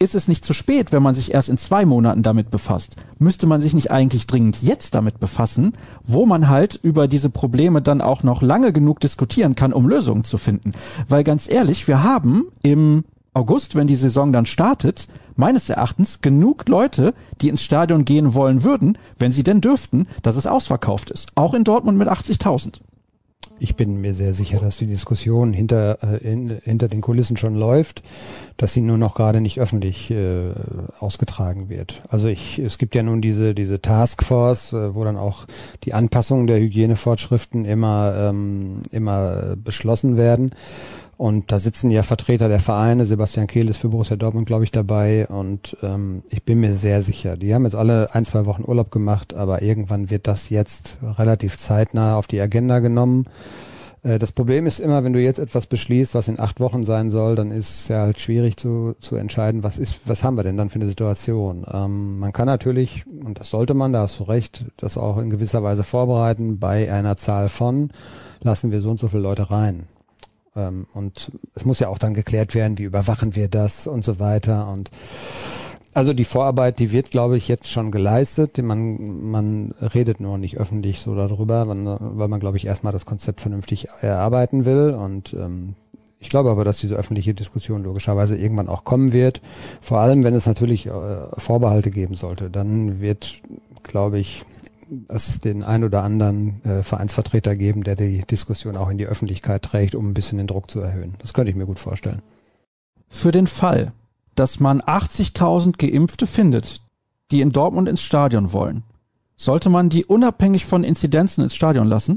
ist es nicht zu spät, wenn man sich erst in zwei Monaten damit befasst? Müsste man sich nicht eigentlich dringend jetzt damit befassen, wo man halt über diese Probleme dann auch noch lange genug diskutieren kann, um Lösungen zu finden? Weil ganz ehrlich, wir haben im August, wenn die Saison dann startet, meines Erachtens genug Leute, die ins Stadion gehen wollen würden, wenn sie denn dürften, dass es ausverkauft ist. Auch in Dortmund mit achtzigtausend. Ich bin mir sehr sicher, dass die Diskussion hinter, äh, in, hinter den Kulissen schon läuft, dass sie nur noch gerade nicht öffentlich äh, ausgetragen wird. Also ich, es gibt ja nun diese, diese Taskforce, äh, wo dann auch die Anpassungen der Hygienevorschriften immer, ähm, immer beschlossen werden. Und da sitzen ja Vertreter der Vereine, Sebastian Kehl ist für Borussia Dortmund, glaube ich, dabei. Und ähm, ich bin mir sehr sicher, die haben jetzt alle ein, zwei Wochen Urlaub gemacht, aber irgendwann wird das jetzt relativ zeitnah auf die Agenda genommen. Äh, das Problem ist immer, wenn du jetzt etwas beschließt, was in acht Wochen sein soll, dann ist es ja halt schwierig zu, zu entscheiden, was ist, was haben wir denn dann für eine Situation. Ähm, man kann natürlich, und das sollte man, da hast du recht, das auch in gewisser Weise vorbereiten, bei einer Zahl von, lassen wir so und so viele Leute rein. Und es muss ja auch dann geklärt werden, wie überwachen wir das und so weiter. Und also die Vorarbeit, die wird, glaube ich, jetzt schon geleistet. Man, man redet nur nicht öffentlich so darüber, weil man, glaube ich, erstmal das Konzept vernünftig erarbeiten will. Und ähm, ich glaube aber, dass diese öffentliche Diskussion logischerweise irgendwann auch kommen wird. Vor allem, wenn es natürlich äh, Vorbehalte geben sollte, dann wird, glaube ich, es den ein oder anderen äh, Vereinsvertreter geben, der die Diskussion auch in die Öffentlichkeit trägt, um ein bisschen den Druck zu erhöhen. Das könnte ich mir gut vorstellen. Für den Fall, dass man achtzigtausend Geimpfte findet, die in Dortmund ins Stadion wollen, sollte man die unabhängig von Inzidenzen ins Stadion lassen?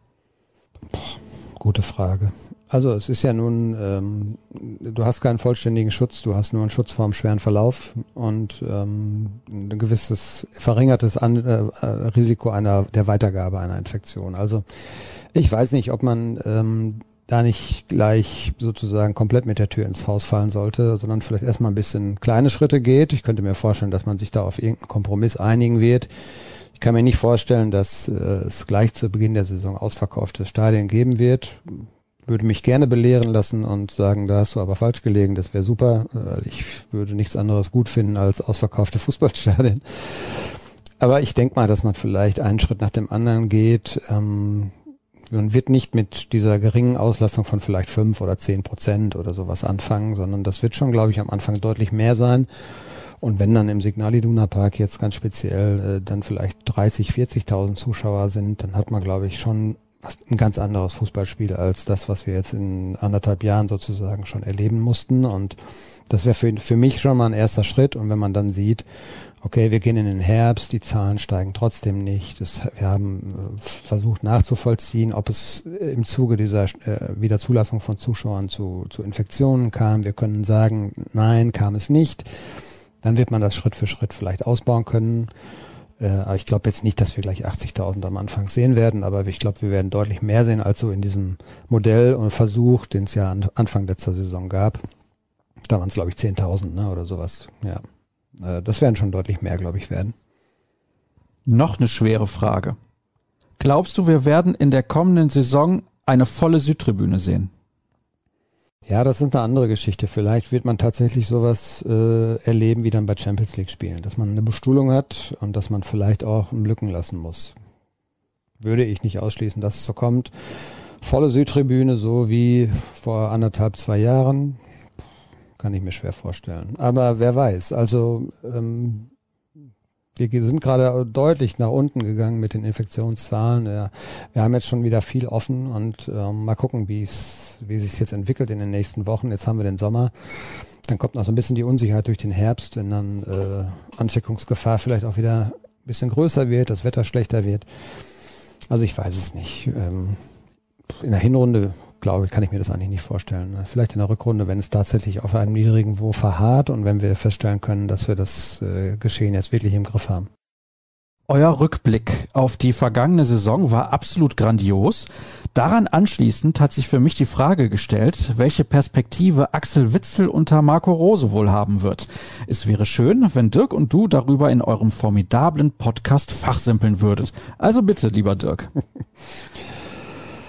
Boah, gute Frage. Also es ist ja nun, ähm, du hast keinen vollständigen Schutz, du hast nur einen Schutz vor einem schweren Verlauf und ähm, ein gewisses verringertes An äh, Risiko einer der Weitergabe einer Infektion. Also ich weiß nicht, ob man ähm, da nicht gleich sozusagen komplett mit der Tür ins Haus fallen sollte, sondern vielleicht erstmal ein bisschen kleine Schritte geht. Ich könnte mir vorstellen, dass man sich da auf irgendeinen Kompromiss einigen wird. Ich kann mir nicht vorstellen, dass äh, es gleich zu Beginn der Saison ausverkaufte Stadien geben wird. Würde mich gerne belehren lassen und sagen, da hast du aber falsch gelegen, das wäre super. Ich würde nichts anderes gut finden als ausverkaufte Fußballstadien. Aber ich denke mal, dass man vielleicht einen Schritt nach dem anderen geht. Ähm, man wird nicht mit dieser geringen Auslastung von vielleicht fünf oder zehn Prozent oder sowas anfangen, sondern das wird schon, glaube ich, am Anfang deutlich mehr sein. Und wenn dann im Signal Iduna Park jetzt ganz speziell äh, dann vielleicht dreißig, vierzigtausend Zuschauer sind, dann hat man, glaube ich, schon ein ganz anderes Fußballspiel als das, was wir jetzt in anderthalb Jahren sozusagen schon erleben mussten. Und das wäre für, für mich schon mal ein erster Schritt. Und wenn man dann sieht, okay, wir gehen in den Herbst, die Zahlen steigen trotzdem nicht. Das, wir haben versucht nachzuvollziehen, ob es im Zuge dieser äh, Wiederzulassung von Zuschauern zu, zu Infektionen kam. Wir können sagen, nein, kam es nicht. Dann wird man das Schritt für Schritt vielleicht ausbauen können. Aber ich glaube jetzt nicht, dass wir gleich achtzigtausend am Anfang sehen werden, aber ich glaube, wir werden deutlich mehr sehen als so in diesem Modell und Versuch, den es ja an Anfang letzter Saison gab. Da waren es, glaube ich, zehntausend, ne, oder sowas. Ja, das werden schon deutlich mehr, glaube ich, werden. Noch eine schwere Frage. Glaubst du, wir werden in der kommenden Saison eine volle Südtribüne sehen? Ja, das ist eine andere Geschichte. Vielleicht wird man tatsächlich sowas äh, erleben wie dann bei Champions League Spielen, dass man eine Bestuhlung hat und dass man vielleicht auch Lücken lassen muss. Würde ich nicht ausschließen, dass es so kommt. Volle Südtribüne, so wie vor anderthalb, zwei Jahren, kann ich mir schwer vorstellen. Aber wer weiß, also ähm, wir sind gerade deutlich nach unten gegangen mit den Infektionszahlen. Ja, wir haben jetzt schon wieder viel offen und ähm, mal gucken, wie es wie es sich jetzt entwickelt in den nächsten Wochen. Jetzt haben wir den Sommer. Dann kommt noch so ein bisschen die Unsicherheit durch den Herbst, wenn dann äh, Ansteckungsgefahr vielleicht auch wieder ein bisschen größer wird, das Wetter schlechter wird. Also ich weiß es nicht. Ähm, in der Hinrunde, glaube ich, kann ich mir das eigentlich nicht vorstellen. Vielleicht in der Rückrunde, wenn es tatsächlich auf einem niedrigen Niveau verharrt und wenn wir feststellen können, dass wir das äh, Geschehen jetzt wirklich im Griff haben. Euer Rückblick auf die vergangene Saison war absolut grandios. Daran anschließend hat sich für mich die Frage gestellt, welche Perspektive Axel Witsel unter Marco Rose wohl haben wird. Es wäre schön, wenn Dirk und du darüber in eurem formidablen Podcast fachsimpeln würdet. Also bitte, lieber Dirk.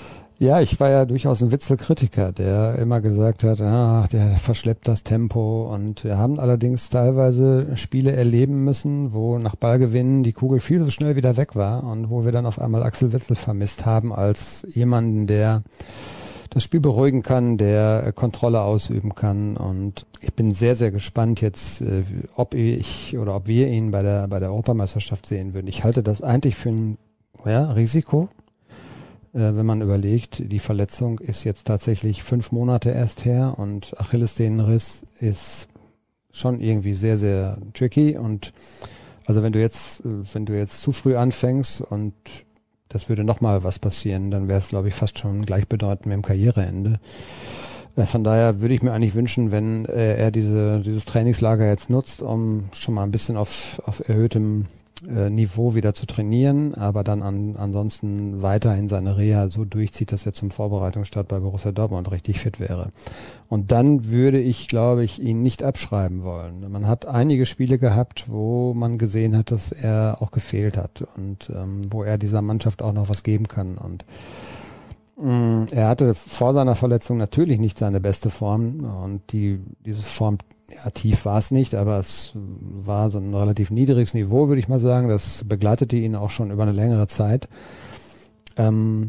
Ja, ich war ja durchaus ein Witzel-Kritiker, der immer gesagt hat, ah, der verschleppt das Tempo, und wir haben allerdings teilweise Spiele erleben müssen, wo nach Ballgewinn die Kugel viel so schnell wieder weg war und wo wir dann auf einmal Axel Witsel vermisst haben als jemanden, der das Spiel beruhigen kann, der Kontrolle ausüben kann, und ich bin sehr, sehr gespannt jetzt, ob ich oder ob wir ihn bei der bei der Europameisterschaft sehen würden. Ich halte das eigentlich für ein ja, Risiko. Wenn man überlegt, die Verletzung ist jetzt tatsächlich fünf Monate erst her und Achillessehnenriss ist schon irgendwie sehr, sehr tricky, und also wenn du jetzt, wenn du jetzt zu früh anfängst und das würde nochmal was passieren, dann wäre es, glaube ich, fast schon gleichbedeutend mit dem Karriereende. Von daher würde ich mir eigentlich wünschen, wenn er diese, dieses Trainingslager jetzt nutzt, um schon mal ein bisschen auf, auf erhöhtem Niveau wieder zu trainieren, aber dann an, ansonsten weiterhin seine Reha so durchzieht, dass er zum Vorbereitungsstart bei Borussia Dortmund richtig fit wäre. Und dann würde ich, glaube ich, ihn nicht abschreiben wollen. Man hat einige Spiele gehabt, wo man gesehen hat, dass er auch gefehlt hat und ähm, wo er dieser Mannschaft auch noch was geben kann. Und mh, er hatte vor seiner Verletzung natürlich nicht seine beste Form, und die dieses Form Ja, tief war es nicht, aber es war so ein relativ niedriges Niveau, würde ich mal sagen. Das begleitete ihn auch schon über eine längere Zeit. Ähm,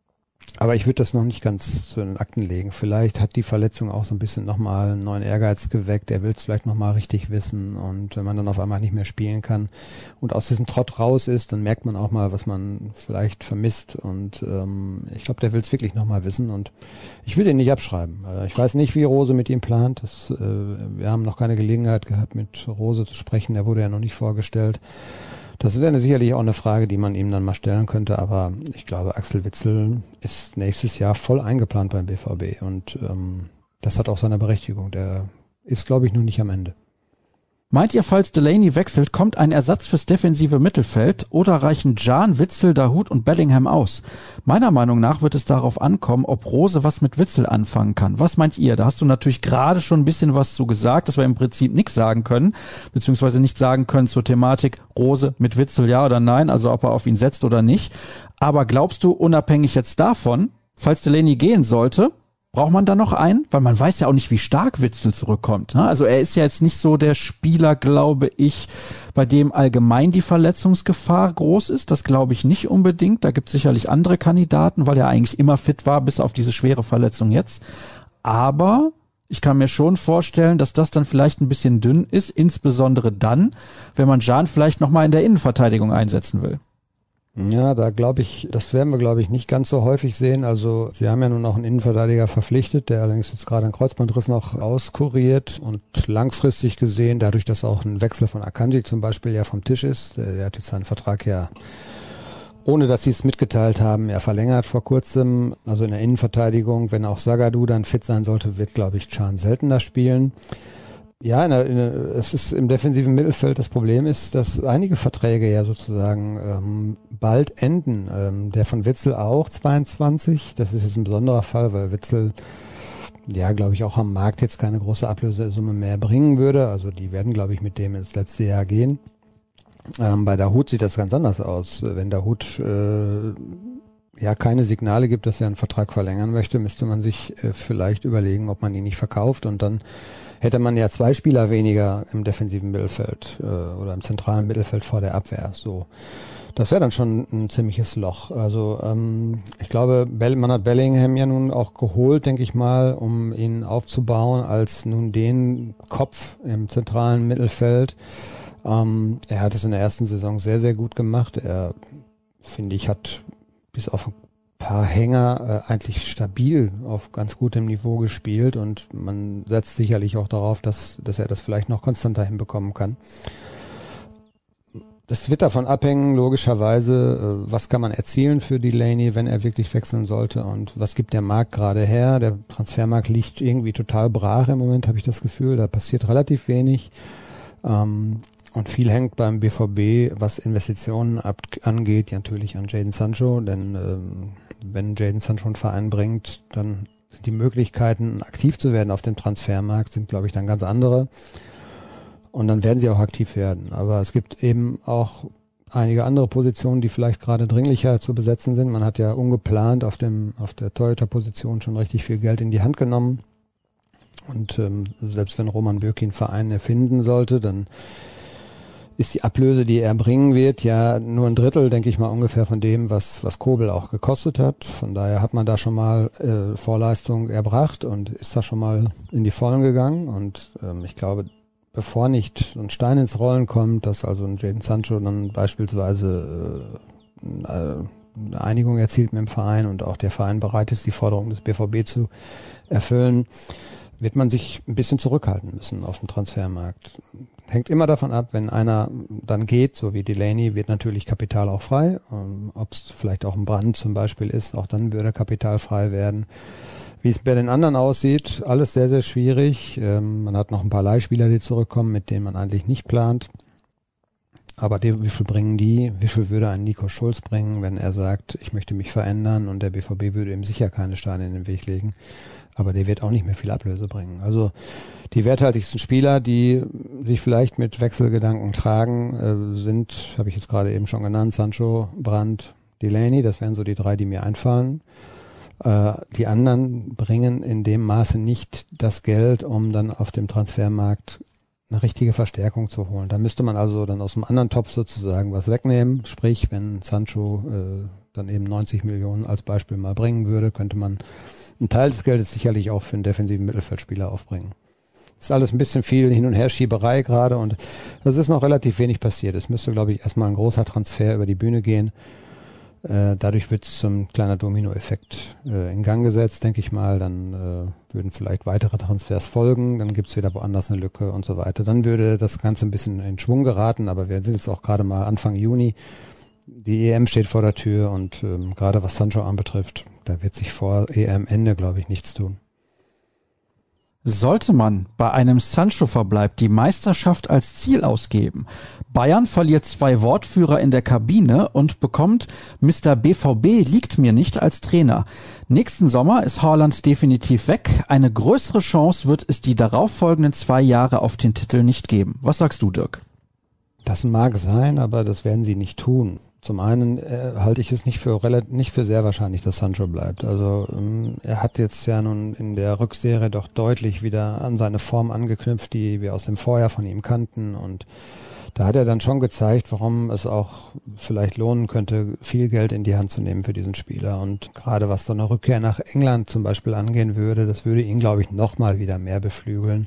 aber ich würde das noch nicht ganz zu den Akten legen. Vielleicht hat die Verletzung auch so ein bisschen nochmal einen neuen Ehrgeiz geweckt. Er will es vielleicht nochmal richtig wissen. Und wenn man dann auf einmal nicht mehr spielen kann und aus diesem Trott raus ist, dann merkt man auch mal, was man vielleicht vermisst. Und ähm, ich glaube, der will es wirklich nochmal wissen. Und ich will ihn nicht abschreiben. Ich weiß nicht, wie Rose mit ihm plant. Das, äh, wir haben noch keine Gelegenheit gehabt, mit Rose zu sprechen. Der wurde ja noch nicht vorgestellt. Das wäre sicherlich auch eine Frage, die man ihm dann mal stellen könnte. Aber ich glaube, Axel Witsel ist nächstes Jahr voll eingeplant beim B V B. Und ähm, das hat auch seine Berechtigung. Der ist, glaube ich, noch nicht am Ende. Meint ihr, falls Delaney wechselt, kommt ein Ersatz fürs defensive Mittelfeld oder reichen Can, Witsel, Dahoud und Bellingham aus? Meiner Meinung nach wird es darauf ankommen, ob Rose was mit Witsel anfangen kann. Was meint ihr? Da hast du natürlich gerade schon ein bisschen was zu gesagt, dass wir im Prinzip nichts sagen können, beziehungsweise nicht sagen können zur Thematik Rose mit Witsel ja oder nein, also ob er auf ihn setzt oder nicht. Aber glaubst du, unabhängig jetzt davon, falls Delaney gehen sollte, braucht man da noch einen? Weil man weiß ja auch nicht, wie stark Witsel zurückkommt. Ne? Also er ist ja jetzt nicht so der Spieler, glaube ich, bei dem allgemein die Verletzungsgefahr groß ist. Das glaube ich nicht unbedingt. Da gibt es sicherlich andere Kandidaten, weil er eigentlich immer fit war, bis auf diese schwere Verletzung jetzt. Aber ich kann mir schon vorstellen, dass das dann vielleicht ein bisschen dünn ist, insbesondere dann, wenn man Can vielleicht nochmal in der Innenverteidigung einsetzen will. Ja, da glaube ich, das werden wir, glaube ich, nicht ganz so häufig sehen. Also sie haben ja nun auch einen Innenverteidiger verpflichtet, der allerdings jetzt gerade einen Kreuzbandriss noch auskuriert, und langfristig gesehen, dadurch, dass auch ein Wechsel von Akanji zum Beispiel ja vom Tisch ist, der hat jetzt seinen Vertrag ja, ohne dass sie es mitgeteilt haben, ja verlängert vor kurzem. Also in der Innenverteidigung, wenn auch Zagadou dann fit sein sollte, wird, glaube ich, Can seltener spielen. Ja, in der, in der, es ist im defensiven Mittelfeld, das Problem ist, dass einige Verträge ja sozusagen ähm, bald enden. Ähm, der von Witsel auch zweiundzwanzig, das ist jetzt ein besonderer Fall, weil Witsel ja, glaube ich, auch am Markt jetzt keine große Ablösesumme mehr bringen würde. Also die werden, glaube ich, mit dem ins letzte Jahr gehen. Ähm, bei Dahoud sieht das ganz anders aus. Wenn Dahoud äh, ja keine Signale gibt, dass er einen Vertrag verlängern möchte, müsste man sich äh, vielleicht überlegen, ob man ihn nicht verkauft, und dann hätte man ja zwei Spieler weniger im defensiven Mittelfeld äh, oder im zentralen Mittelfeld vor der Abwehr. So, das wäre dann schon ein ziemliches Loch. Also ähm, ich glaube, Bell, man hat Bellingham ja nun auch geholt, denke ich mal, um ihn aufzubauen als nun den Kopf im zentralen Mittelfeld. Ähm, er hat es in der ersten Saison sehr, sehr gut gemacht. Er, finde ich, hat bis auf ein paar Hänger äh, eigentlich stabil auf ganz gutem Niveau gespielt, und man setzt sicherlich auch darauf, dass, dass er das vielleicht noch konstanter hinbekommen kann. Das wird davon abhängen, logischerweise, äh, was kann man erzielen für Delaney, wenn er wirklich wechseln sollte, und was gibt der Markt gerade her. Der Transfermarkt liegt irgendwie total brach im Moment, habe ich das Gefühl. Da passiert relativ wenig. Ähm, Und viel hängt beim B V B, was Investitionen ab, angeht, ja natürlich an Jadon Sancho, denn ähm, wenn Jadon Sancho einen Verein bringt, dann sind die Möglichkeiten, aktiv zu werden auf dem Transfermarkt, sind, glaube ich, dann ganz andere. Und dann werden sie auch aktiv werden. Aber es gibt eben auch einige andere Positionen, die vielleicht gerade dringlicher zu besetzen sind. Man hat ja ungeplant auf dem auf der Torhüter-Position schon richtig viel Geld in die Hand genommen. Und ähm, selbst wenn Roman Bürki einen Verein erfinden sollte, dann ist die Ablöse, die er bringen wird, ja nur ein Drittel, denke ich mal, ungefähr von dem, was was Kobel auch gekostet hat. Von daher hat man da schon mal äh, Vorleistung erbracht und ist da schon mal in die Vollen gegangen. Und ähm, ich glaube, bevor nicht ein Stein ins Rollen kommt, dass also ein Jadon Sancho dann beispielsweise äh, eine Einigung erzielt mit dem Verein und auch der Verein bereit ist, die Forderung des B V B zu erfüllen, wird man sich ein bisschen zurückhalten müssen auf dem Transfermarkt. Hängt immer davon ab, wenn einer dann geht, so wie Delaney, wird natürlich Kapital auch frei. Ähm, ob es vielleicht auch ein Brand zum Beispiel ist, auch dann würde Kapital frei werden. Wie es bei den anderen aussieht, alles sehr, sehr schwierig. Ähm, man hat noch ein paar Leihspieler, die zurückkommen, mit denen man eigentlich nicht plant. Aber die, wie viel bringen die? Wie viel würde ein Nico Schulz bringen, wenn er sagt, ich möchte mich verändern, und der B V B würde ihm sicher keine Steine in den Weg legen. Aber der wird auch nicht mehr viel Ablöse bringen. Also die werthaltigsten Spieler, die sich vielleicht mit Wechselgedanken tragen, äh, sind, habe ich jetzt gerade eben schon genannt, Sancho, Brandt, Delaney. Das wären so die drei, die mir einfallen. Äh, die anderen bringen in dem Maße nicht das Geld, um dann auf dem Transfermarkt eine richtige Verstärkung zu holen. Da müsste man also dann aus dem anderen Topf sozusagen was wegnehmen. Sprich, wenn Sancho äh, dann eben neunzig Millionen als Beispiel mal bringen würde, könnte man einen Teil des Geldes sicherlich auch für einen defensiven Mittelfeldspieler aufbringen. Ist alles ein bisschen viel Hin- und Herschieberei gerade, und das ist noch relativ wenig passiert. Es müsste, glaube ich, erstmal ein großer Transfer über die Bühne gehen. Äh, dadurch wird es zum kleiner Dominoeffekt äh, in Gang gesetzt, denke ich mal. Dann äh, würden vielleicht weitere Transfers folgen, dann gibt es wieder woanders eine Lücke und so weiter. Dann würde das Ganze ein bisschen in Schwung geraten, aber wir sind jetzt auch gerade mal Anfang Juni. Die E M steht vor der Tür, und ähm, gerade was Sancho anbetrifft, da wird sich vor E M-Ende, glaube ich, nichts tun. Sollte man bei einem Sancho-Verbleib die Meisterschaft als Ziel ausgeben? Bayern verliert zwei Wortführer in der Kabine und bekommt Mister B V B liegt mir nicht als Trainer. Nächsten Sommer ist Haaland definitiv weg. Eine größere Chance wird es die darauffolgenden zwei Jahre auf den Titel nicht geben. Was sagst du, Dirk? Das mag sein, aber das werden sie nicht tun. Zum einen äh, halte ich es nicht für relativ, nicht für sehr wahrscheinlich, dass Sancho bleibt. Also ähm, er hat jetzt ja nun in der Rückserie doch deutlich wieder an seine Form angeknüpft, die wir aus dem Vorjahr von ihm kannten, und da hat er dann schon gezeigt, warum es auch vielleicht lohnen könnte, viel Geld in die Hand zu nehmen für diesen Spieler. Und gerade was so eine Rückkehr nach England zum Beispiel angehen würde, das würde ihn, glaube ich, nochmal wieder mehr beflügeln.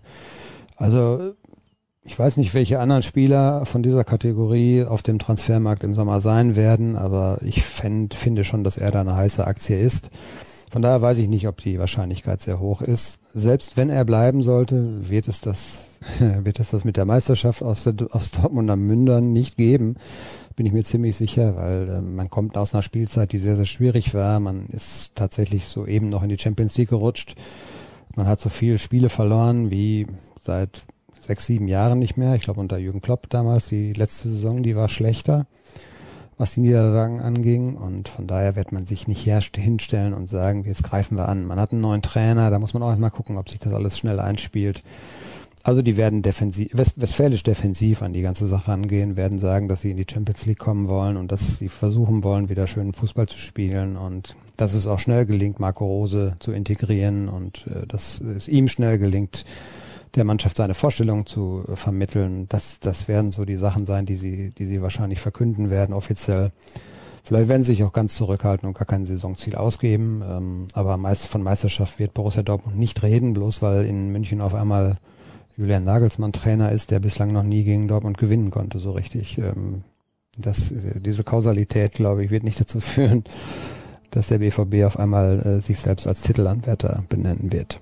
Also ich weiß nicht, welche anderen Spieler von dieser Kategorie auf dem Transfermarkt im Sommer sein werden, aber ich fänd, finde schon, dass er da eine heiße Aktie ist. Von daher weiß ich nicht, ob die Wahrscheinlichkeit sehr hoch ist. Selbst wenn er bleiben sollte, wird es das, wird es das mit der Meisterschaft aus, der, aus Dortmunder Mündern nicht geben. Bin ich mir ziemlich sicher, weil äh, man kommt aus einer Spielzeit, die sehr, sehr schwierig war. Man ist tatsächlich so eben noch in die Champions League gerutscht. Man hat so viele Spiele verloren wie seit sechs, sieben Jahren nicht mehr. Ich glaube, unter Jürgen Klopp damals, die letzte Saison, die war schlechter, was die Niederlagen anging. Und von daher wird man sich nicht hinstellen und sagen, jetzt greifen wir an. Man hat einen neuen Trainer, da muss man auch erstmal gucken, ob sich das alles schnell einspielt. Also die werden defensiv, west, westfälisch defensiv an die ganze Sache angehen, werden sagen, dass sie in die Champions League kommen wollen und dass sie versuchen wollen, wieder schönen Fußball zu spielen, und dass es auch schnell gelingt, Marco Rose zu integrieren, und äh, dass es ihm schnell gelingt, der Mannschaft seine Vorstellungen zu äh, vermitteln. Das, das werden so die Sachen sein, die sie, die sie wahrscheinlich verkünden werden, offiziell. Vielleicht werden sie sich auch ganz zurückhalten und gar kein Saisonziel ausgeben. Ähm, aber meist von Meisterschaft wird Borussia Dortmund nicht reden, bloß weil in München auf einmal Julian Nagelsmann Trainer ist, der bislang noch nie gegen Dortmund gewinnen konnte, so richtig. Ähm, das, diese Kausalität, glaube ich, wird nicht dazu führen, dass der B V B auf einmal äh, sich selbst als Titelanwärter benennen wird.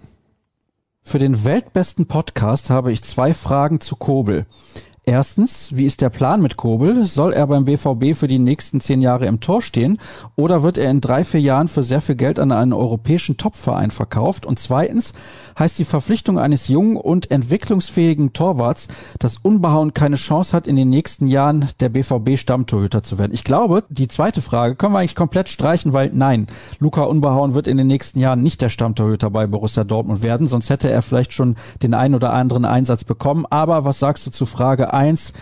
Für den weltbesten Podcast habe ich zwei Fragen zu Kobel. Erstens, wie ist der Plan mit Kobel? Soll er beim B V B für die nächsten zehn Jahre im Tor stehen, oder wird er in drei, vier Jahren für sehr viel Geld an einen europäischen Topverein verkauft? Und zweitens, heißt die Verpflichtung eines jungen und entwicklungsfähigen Torwarts, dass Unbehauen keine Chance hat, in den nächsten Jahren der B V B-Stammtorhüter zu werden? Ich glaube, die zweite Frage können wir eigentlich komplett streichen, weil nein, Luca Unbehauen wird in den nächsten Jahren nicht der Stammtorhüter bei Borussia Dortmund werden, sonst hätte er vielleicht schon den einen oder anderen Einsatz bekommen. Aber was sagst du zu Frage eins?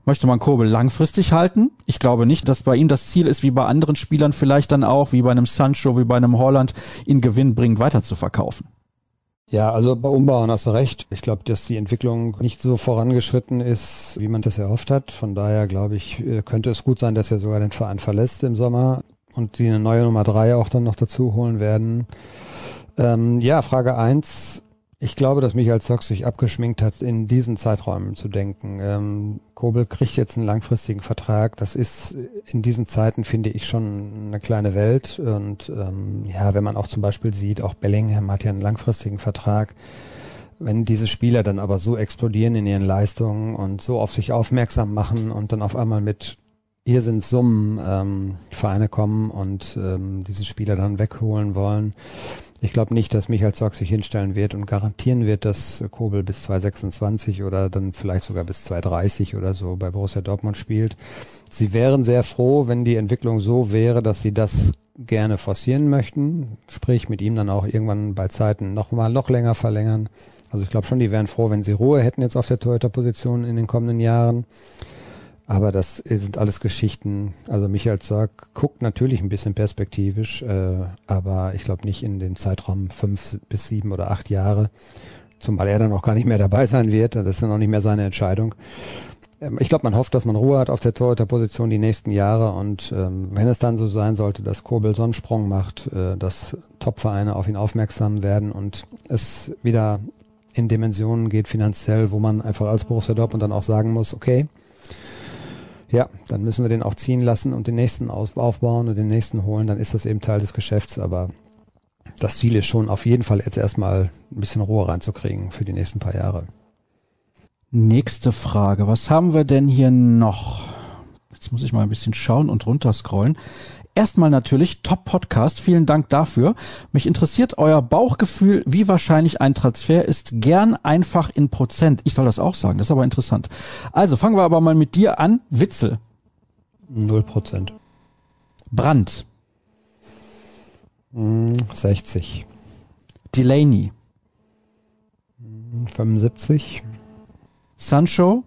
Möchte man Kobel langfristig halten? Ich glaube nicht, dass bei ihm das Ziel ist, wie bei anderen Spielern vielleicht dann auch, wie bei einem Sancho, wie bei einem Haaland, ihn gewinnbringend weiter zu verkaufen. Ja, also bei Umbauen hast du recht. Ich glaube, dass die Entwicklung nicht so vorangeschritten ist, wie man das erhofft hat. Von daher, glaube ich, könnte es gut sein, dass er sogar den Verein verlässt im Sommer und die eine neue Nummer drei auch dann noch dazu holen werden. Ähm, ja, Frage eins. Ich glaube, dass Michael Zorc sich abgeschminkt hat, in diesen Zeiträumen zu denken. Ähm, Kobel kriegt jetzt einen langfristigen Vertrag. Das ist in diesen Zeiten, finde ich, schon eine kleine Welt. Und ähm, ja, wenn man auch zum Beispiel sieht, auch Bellingham hat ja einen langfristigen Vertrag. Wenn diese Spieler dann aber so explodieren in ihren Leistungen und so auf sich aufmerksam machen und dann auf einmal mit hier sind Summen ähm, Vereine kommen und ähm, diese Spieler dann wegholen wollen. Ich glaube nicht, dass Michael Zorc sich hinstellen wird und garantieren wird, dass Kobel bis zwanzig sechsundzwanzig oder dann vielleicht sogar bis zwanzig dreißig oder so bei Borussia Dortmund spielt. Sie wären sehr froh, wenn die Entwicklung so wäre, dass sie das gerne forcieren möchten, sprich mit ihm dann auch irgendwann bei Zeiten noch mal noch länger verlängern. Also ich glaube schon, die wären froh, wenn sie Ruhe hätten jetzt auf der Torhüterposition in den kommenden Jahren. Aber das sind alles Geschichten. Also Michael Zorc guckt natürlich ein bisschen perspektivisch, äh, aber ich glaube nicht in dem Zeitraum fünf bis sieben oder acht Jahre, zumal er dann auch gar nicht mehr dabei sein wird. Das ist dann auch nicht mehr seine Entscheidung. Ähm, ich glaube, man hofft, dass man Ruhe hat auf der Torhüterposition die nächsten Jahre und ähm, wenn es dann so sein sollte, dass Kobel so einen Sprung macht, äh, dass Topvereine auf ihn aufmerksam werden und es wieder in Dimensionen geht finanziell, wo man einfach als Borussia Dortmund dann auch sagen muss, okay, ja, dann müssen wir den auch ziehen lassen und den nächsten aufbauen und den nächsten holen, dann ist das eben Teil des Geschäfts, aber das Ziel ist schon auf jeden Fall jetzt erstmal ein bisschen Ruhe reinzukriegen für die nächsten paar Jahre. Nächste Frage, was haben wir denn hier noch? Jetzt muss ich mal ein bisschen schauen und runterscrollen. Erstmal natürlich Top-Podcast, vielen Dank dafür. Mich interessiert euer Bauchgefühl, wie wahrscheinlich ein Transfer ist. Gern einfach in Prozent. Ich soll das auch sagen, das ist aber interessant. Also fangen wir aber mal mit dir an. Witzel. Null Prozent. Brandt. sechzig. Delaney. fünfundsiebzig. Sancho.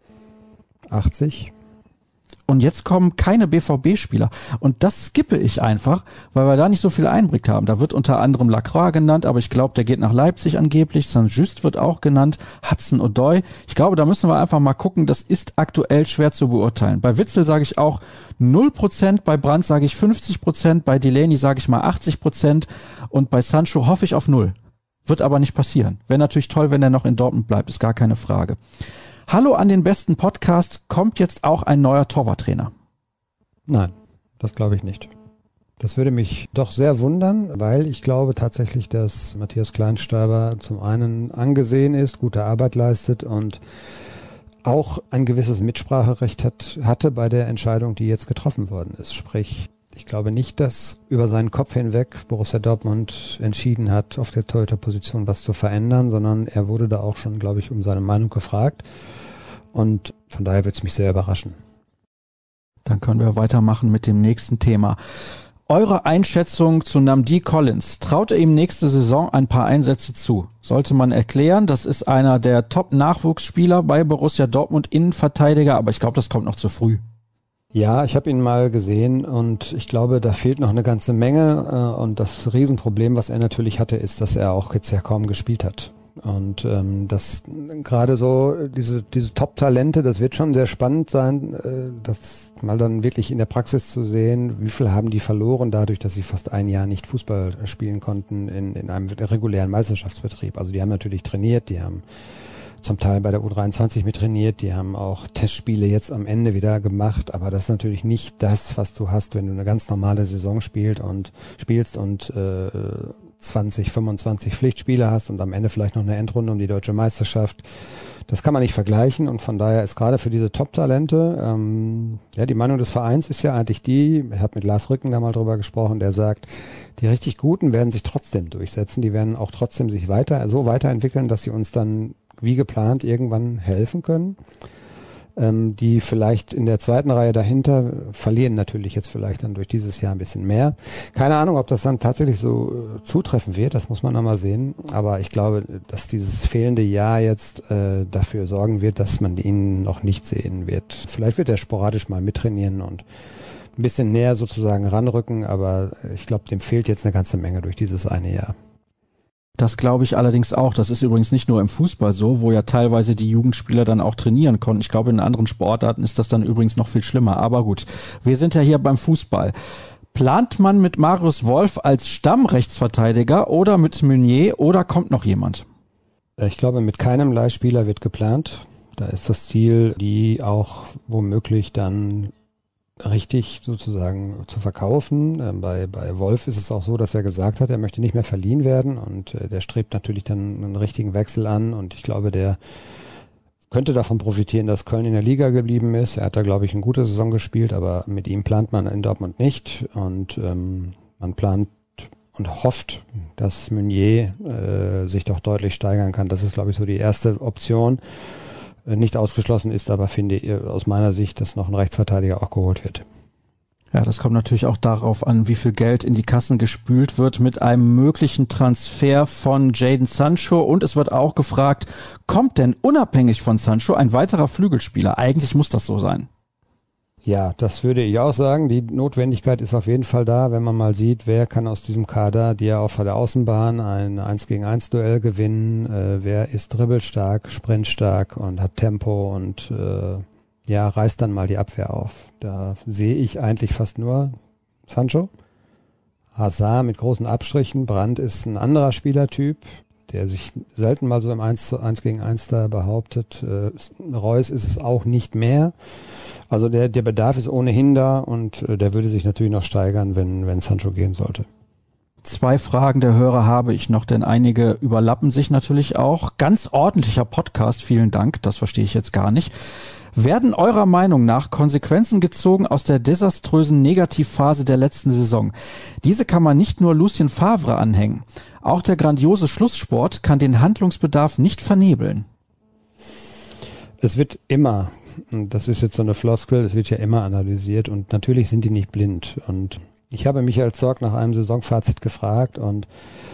achtzig. Und jetzt kommen keine B V B-Spieler. Und das skippe ich einfach, weil wir da nicht so viel Einblick haben. Da wird unter anderem Lacroix genannt, aber ich glaube, der geht nach Leipzig angeblich. Saint-Just wird auch genannt. Hudson-Odoi. Ich glaube, da müssen wir einfach mal gucken. Das ist aktuell schwer zu beurteilen. Bei Witzel sage ich auch null Prozent. Bei Brandt sage ich fünfzig Prozent. Bei Delaney sage ich mal achtzig Prozent. Und bei Sancho hoffe ich auf null. Wird aber nicht passieren. Wäre natürlich toll, wenn er noch in Dortmund bleibt. Ist gar keine Frage. Hallo an den besten Podcast. Kommt jetzt auch ein neuer Torwarttrainer? Nein, das glaube ich nicht. Das würde mich doch sehr wundern, weil ich glaube tatsächlich, dass Matthias Kleinsteiber zum einen angesehen ist, gute Arbeit leistet und auch ein gewisses Mitspracherecht hat, hatte bei der Entscheidung, die jetzt getroffen worden ist. Sprich, ich glaube nicht, dass über seinen Kopf hinweg Borussia Dortmund entschieden hat, auf der Torhüterposition was zu verändern, sondern er wurde da auch schon, glaube ich, um seine Meinung gefragt. Und von daher würde es mich sehr überraschen. Dann können wir weitermachen mit dem nächsten Thema. Eure Einschätzung zu Namdi Collins. Traut er ihm nächste Saison ein paar Einsätze zu? Sollte man erklären, das ist einer der Top-Nachwuchsspieler bei Borussia Dortmund, Innenverteidiger, aber ich glaube, das kommt noch zu früh. Ja, ich habe ihn mal gesehen und ich glaube, da fehlt noch eine ganze Menge. Und das Riesenproblem, was er natürlich hatte, ist, dass er auch jetzt ja kaum gespielt hat. Und ähm, das gerade so diese diese Top-Talente, das wird schon sehr spannend sein, äh, das mal dann wirklich in der Praxis zu sehen, wie viel haben die verloren dadurch, dass sie fast ein Jahr nicht Fußball spielen konnten in in einem regulären Meisterschaftsbetrieb. Also die haben natürlich trainiert, die haben zum Teil bei der U dreiundzwanzig mit trainiert, die haben auch Testspiele jetzt am Ende wieder gemacht, aber das ist natürlich nicht das, was du hast, wenn du eine ganz normale Saison spielst und spielst und äh, zwanzig, fünfundzwanzig Pflichtspiele hast und am Ende vielleicht noch eine Endrunde um die deutsche Meisterschaft. Das kann man nicht vergleichen und von daher ist gerade für diese Top-Talente, ähm, ja, die Meinung des Vereins ist ja eigentlich die, ich habe mit Lars Rücken da mal drüber gesprochen, der sagt, die richtig Guten werden sich trotzdem durchsetzen, die werden auch trotzdem sich weiter so weiterentwickeln, dass sie uns dann wie geplant irgendwann helfen können. Ähm, die vielleicht in der zweiten Reihe dahinter verlieren natürlich jetzt vielleicht dann durch dieses Jahr ein bisschen mehr. Keine Ahnung, ob das dann tatsächlich so äh, zutreffen wird, das muss man dann mal sehen. Aber ich glaube, dass dieses fehlende Jahr jetzt äh, dafür sorgen wird, dass man ihn noch nicht sehen wird. Vielleicht wird er sporadisch mal mittrainieren und ein bisschen näher sozusagen ranrücken, aber ich glaube, dem fehlt jetzt eine ganze Menge durch dieses eine Jahr. Das glaube ich allerdings auch. Das ist übrigens nicht nur im Fußball so, wo ja teilweise die Jugendspieler dann auch trainieren konnten. Ich glaube, in anderen Sportarten ist das dann übrigens noch viel schlimmer. Aber gut, wir sind ja hier beim Fußball. Plant man mit Marius Wolf als Stammrechtsverteidiger oder mit Meunier oder kommt noch jemand? Ich glaube, mit keinem Leihspieler wird geplant. Da ist das Ziel, die auch womöglich dann richtig sozusagen zu verkaufen. Ähm, bei, bei Wolf ist es auch so, dass er gesagt hat, er möchte nicht mehr verliehen werden und äh, der strebt natürlich dann einen richtigen Wechsel an und ich glaube, der könnte davon profitieren, dass Köln in der Liga geblieben ist. Er hat da, glaube ich, eine gute Saison gespielt, aber mit ihm plant man in Dortmund nicht und ähm, man plant und hofft, dass Meunier äh, sich doch deutlich steigern kann. Das ist, glaube ich, so die erste Option. Nicht ausgeschlossen ist, aber finde ich aus meiner Sicht, dass noch ein Rechtsverteidiger auch geholt wird. Ja, das kommt natürlich auch darauf an, wie viel Geld in die Kassen gespült wird mit einem möglichen Transfer von Jadon Sancho. Und es wird auch gefragt, kommt denn unabhängig von Sancho ein weiterer Flügelspieler? Eigentlich muss das so sein. Ja, das würde ich auch sagen. Die Notwendigkeit ist auf jeden Fall da, wenn man mal sieht, wer kann aus diesem Kader dir auf der Außenbahn ein eins gegen eins Duell gewinnen, äh, wer ist dribbelstark, sprintstark und hat Tempo und äh, ja, reißt dann mal die Abwehr auf. Da sehe ich eigentlich fast nur Sancho. Hazard mit großen Abstrichen. Brandt ist ein anderer Spielertyp, der sich selten mal so im eins zu eins gegen eins da behauptet. Äh, Reus ist es auch nicht mehr. Also der, der Bedarf ist ohnehin da und äh, der würde sich natürlich noch steigern, wenn, wenn Sancho gehen sollte. Zwei Fragen der Hörer habe ich noch, denn einige überlappen sich natürlich auch. Ganz ordentlicher Podcast, vielen Dank, das verstehe ich jetzt gar nicht. Werden eurer Meinung nach Konsequenzen gezogen aus der desaströsen Negativphase der letzten Saison? Diese kann man nicht nur Lucien Favre anhängen. Auch der grandiose Schlusssport kann den Handlungsbedarf nicht vernebeln. Es wird immer, und das ist jetzt so eine Floskel, es wird ja immer analysiert und natürlich sind die nicht blind. Und ich habe Michael Zorc nach einem Saisonfazit gefragt und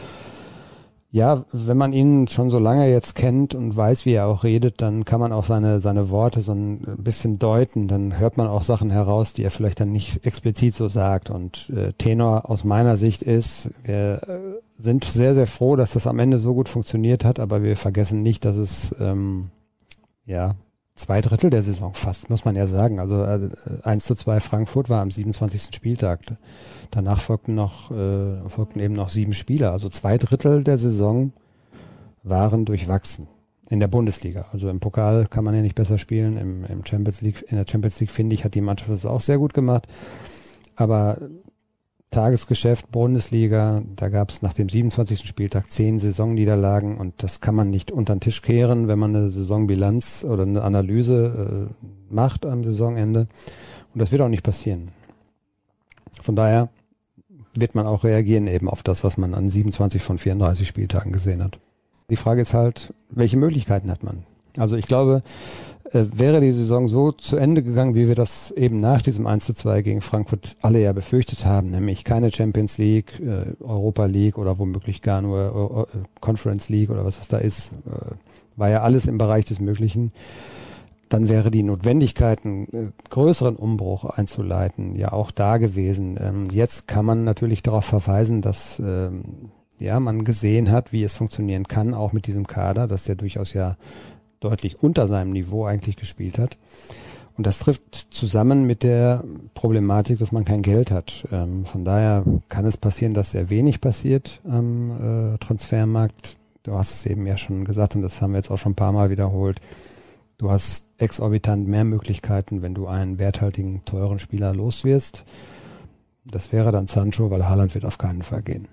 ja, wenn man ihn schon so lange jetzt kennt und weiß, wie er auch redet, dann kann man auch seine seine Worte so ein bisschen deuten. Dann hört man auch Sachen heraus, die er vielleicht dann nicht explizit so sagt. Und äh, Tenor aus meiner Sicht ist, wir äh, sind sehr, sehr froh, dass das am Ende so gut funktioniert hat, aber wir vergessen nicht, dass es ähm, ja zwei Drittel der Saison fast, muss man ja sagen. Also äh, eins zu zwei Frankfurt war am siebenundzwanzigsten Spieltag. Danach folgten noch äh, folgten eben noch sieben Spiele. Also zwei Drittel der Saison waren durchwachsen in der Bundesliga. Also im Pokal kann man ja nicht besser spielen. Im, im Champions League, in der Champions League, finde ich, hat die Mannschaft das auch sehr gut gemacht. Aber Tagesgeschäft, Bundesliga, da gab es nach dem siebenundzwanzigsten Spieltag zehn Saisonniederlagen und das kann man nicht unter den Tisch kehren, wenn man eine Saisonbilanz oder eine Analyse äh, macht am Saisonende. Und das wird auch nicht passieren. Von daher wird man auch reagieren eben auf das, was man an siebenundzwanzig von vierunddreißig Spieltagen gesehen hat. Die Frage ist halt, welche Möglichkeiten hat man? Also ich glaube, äh, wäre die Saison so zu Ende gegangen, wie wir das eben nach diesem eins zu zwei gegen Frankfurt alle ja befürchtet haben, nämlich keine Champions League, äh, Europa League oder womöglich gar nur äh, Conference League oder was es da ist, äh, war ja alles im Bereich des Möglichen. Dann wäre die Notwendigkeit, einen größeren Umbruch einzuleiten, ja auch da gewesen. Ähm, jetzt kann man natürlich darauf verweisen, dass ähm, ja man gesehen hat, wie es funktionieren kann, auch mit diesem Kader, dass der durchaus ja deutlich unter seinem Niveau eigentlich gespielt hat. Und das trifft zusammen mit der Problematik, dass man kein Geld hat. Ähm, von daher kann es passieren, dass sehr wenig passiert am äh, Transfermarkt. Du hast es eben ja schon gesagt und das haben wir jetzt auch schon ein paar Mal wiederholt. Du hast exorbitant mehr Möglichkeiten, wenn du einen werthaltigen, teuren Spieler los wirst. Das wäre dann Sancho, weil Haaland wird auf keinen Fall gehen.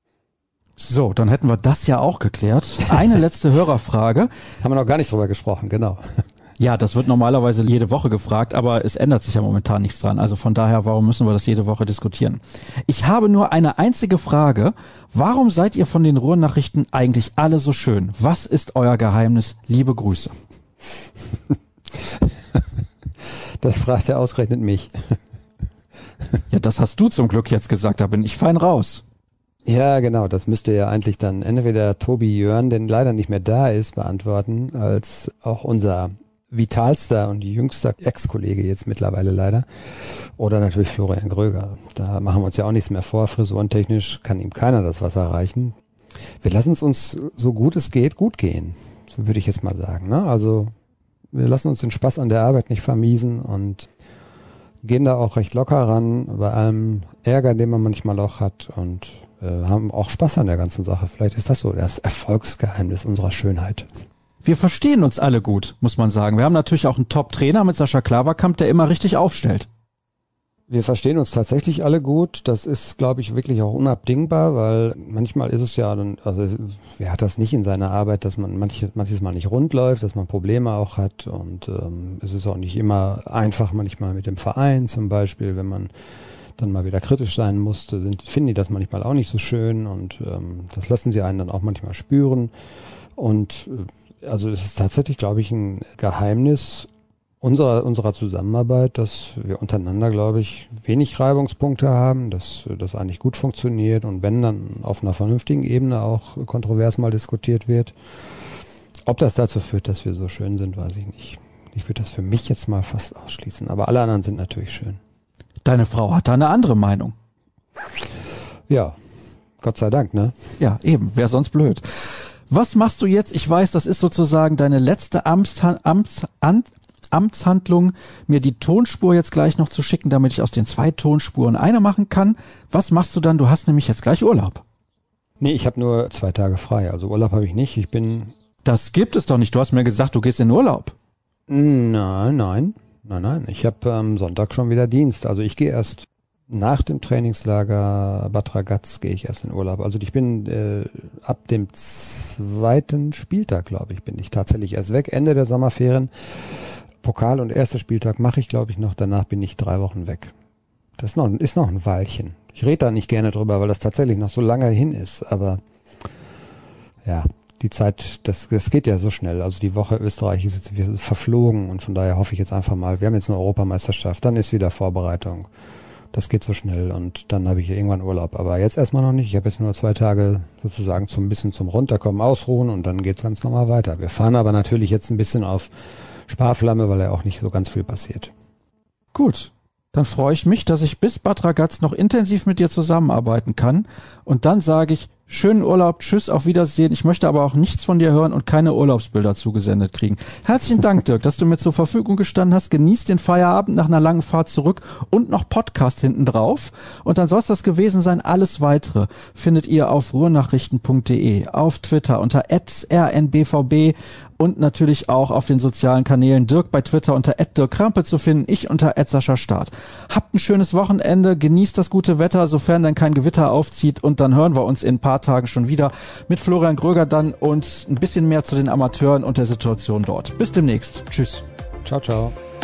So, dann hätten wir das ja auch geklärt. Eine letzte Hörerfrage. Haben wir noch gar nicht drüber gesprochen, genau. Ja, das wird normalerweise jede Woche gefragt, aber es ändert sich ja momentan nichts dran. Also von daher, warum müssen wir das jede Woche diskutieren? Ich habe nur eine einzige Frage. Warum seid ihr von den Ruhrnachrichten eigentlich alle so schön? Was ist euer Geheimnis? Liebe Grüße. Das fragt er ausgerechnet mich. Ja, das hast du zum Glück jetzt gesagt, da bin ich fein raus. Ja, genau, das müsste ja eigentlich dann entweder Tobi Jörn, der leider nicht mehr da ist, beantworten, als auch unser vitalster und jüngster Ex-Kollege jetzt mittlerweile leider. Oder natürlich Florian Gröger. Da machen wir uns ja auch nichts mehr vor. Frisurentechnisch kann ihm keiner das Wasser reichen. Wir lassen es uns so gut es geht gut gehen. So würde ich jetzt mal sagen. Ne? Also wir lassen uns den Spaß an der Arbeit nicht vermiesen und gehen da auch recht locker ran, bei allem Ärger, den man manchmal auch hat, und äh, haben auch Spaß an der ganzen Sache. Vielleicht ist das so das Erfolgsgeheimnis unserer Schönheit. Wir verstehen uns alle gut, muss man sagen. Wir haben natürlich auch einen Top-Trainer mit Sascha Klaverkamp, der immer richtig aufstellt. Wir verstehen uns tatsächlich alle gut. Das ist, glaube ich, wirklich auch unabdingbar, weil manchmal ist es ja, also wer hat das nicht in seiner Arbeit, dass man manches, manches Mal nicht rund läuft, dass man Probleme auch hat, und ähm, es ist auch nicht immer einfach, manchmal mit dem Verein zum Beispiel, wenn man dann mal wieder kritisch sein musste, sind, finden die das manchmal auch nicht so schön, und ähm, das lassen sie einen dann auch manchmal spüren. Und äh, also es ist tatsächlich, glaube ich, ein Geheimnis unserer unserer Zusammenarbeit, dass wir untereinander, glaube ich, wenig Reibungspunkte haben, dass das eigentlich gut funktioniert, und wenn dann auf einer vernünftigen Ebene auch kontrovers mal diskutiert wird. Ob das dazu führt, dass wir so schön sind, weiß ich nicht. Ich würde das für mich jetzt mal fast ausschließen, aber alle anderen sind natürlich schön. Deine Frau hat da eine andere Meinung. Ja, Gott sei Dank, ne? Ja, eben, wäre sonst blöd. Was machst du jetzt? Ich weiß, das ist sozusagen deine letzte Amts, Amts, Amts, Amtshandlung, mir die Tonspur jetzt gleich noch zu schicken, damit ich aus den zwei Tonspuren eine machen kann. Was machst du dann? Du hast nämlich jetzt gleich Urlaub. Nee, ich habe nur zwei Tage frei. Also Urlaub habe ich nicht. Ich bin... Das gibt es doch nicht. Du hast mir gesagt, du gehst in Urlaub. Nein, nein. Nein, nein. Ich habe am Sonntag schon wieder Dienst. Also ich gehe erst nach dem Trainingslager Bad Ragaz gehe ich erst in Urlaub. Also ich bin äh, ab dem zweiten Spieltag, glaube ich, bin ich tatsächlich erst weg. Ende der Sommerferien. Pokal und erster Spieltag mache ich, glaube ich, noch. Danach bin ich drei Wochen weg. Das ist noch, ist noch ein Weilchen. Ich rede da nicht gerne drüber, weil das tatsächlich noch so lange hin ist. Aber ja, die Zeit, das, das geht ja so schnell. Also die Woche Österreich ist jetzt verflogen, und von daher hoffe ich jetzt einfach mal, wir haben jetzt eine Europameisterschaft, dann ist wieder Vorbereitung. Das geht so schnell, und dann habe ich irgendwann Urlaub. Aber jetzt erstmal noch nicht. Ich habe jetzt nur zwei Tage sozusagen zum bisschen zum Runterkommen, ausruhen, und dann geht's ganz normal weiter. Wir fahren aber natürlich jetzt ein bisschen auf Sparflamme, weil ja auch nicht so ganz viel passiert. Gut, dann freue ich mich, dass ich bis Bad Ragaz noch intensiv mit dir zusammenarbeiten kann. Und dann sage ich, schönen Urlaub, tschüss, auf Wiedersehen. Ich möchte aber auch nichts von dir hören und keine Urlaubsbilder zugesendet kriegen. Herzlichen Dank, Dirk, dass du mir zur Verfügung gestanden hast. Genieß den Feierabend nach einer langen Fahrt zurück und noch Podcast hinten drauf. Und dann soll es das gewesen sein. Alles Weitere findet ihr auf ruhrnachrichten punkt de, auf Twitter unter at r n b v b und natürlich auch auf den sozialen Kanälen. Dirk bei Twitter unter at dirk krampe zu finden, ich unter at sascha start. Habt ein schönes Wochenende, genießt das gute Wetter, sofern dann kein Gewitter aufzieht, und dann hören wir uns in ein paar Tagen schon wieder mit Florian Gröger dann und ein bisschen mehr zu den Amateuren und der Situation dort. Bis demnächst. Tschüss. Ciao, ciao.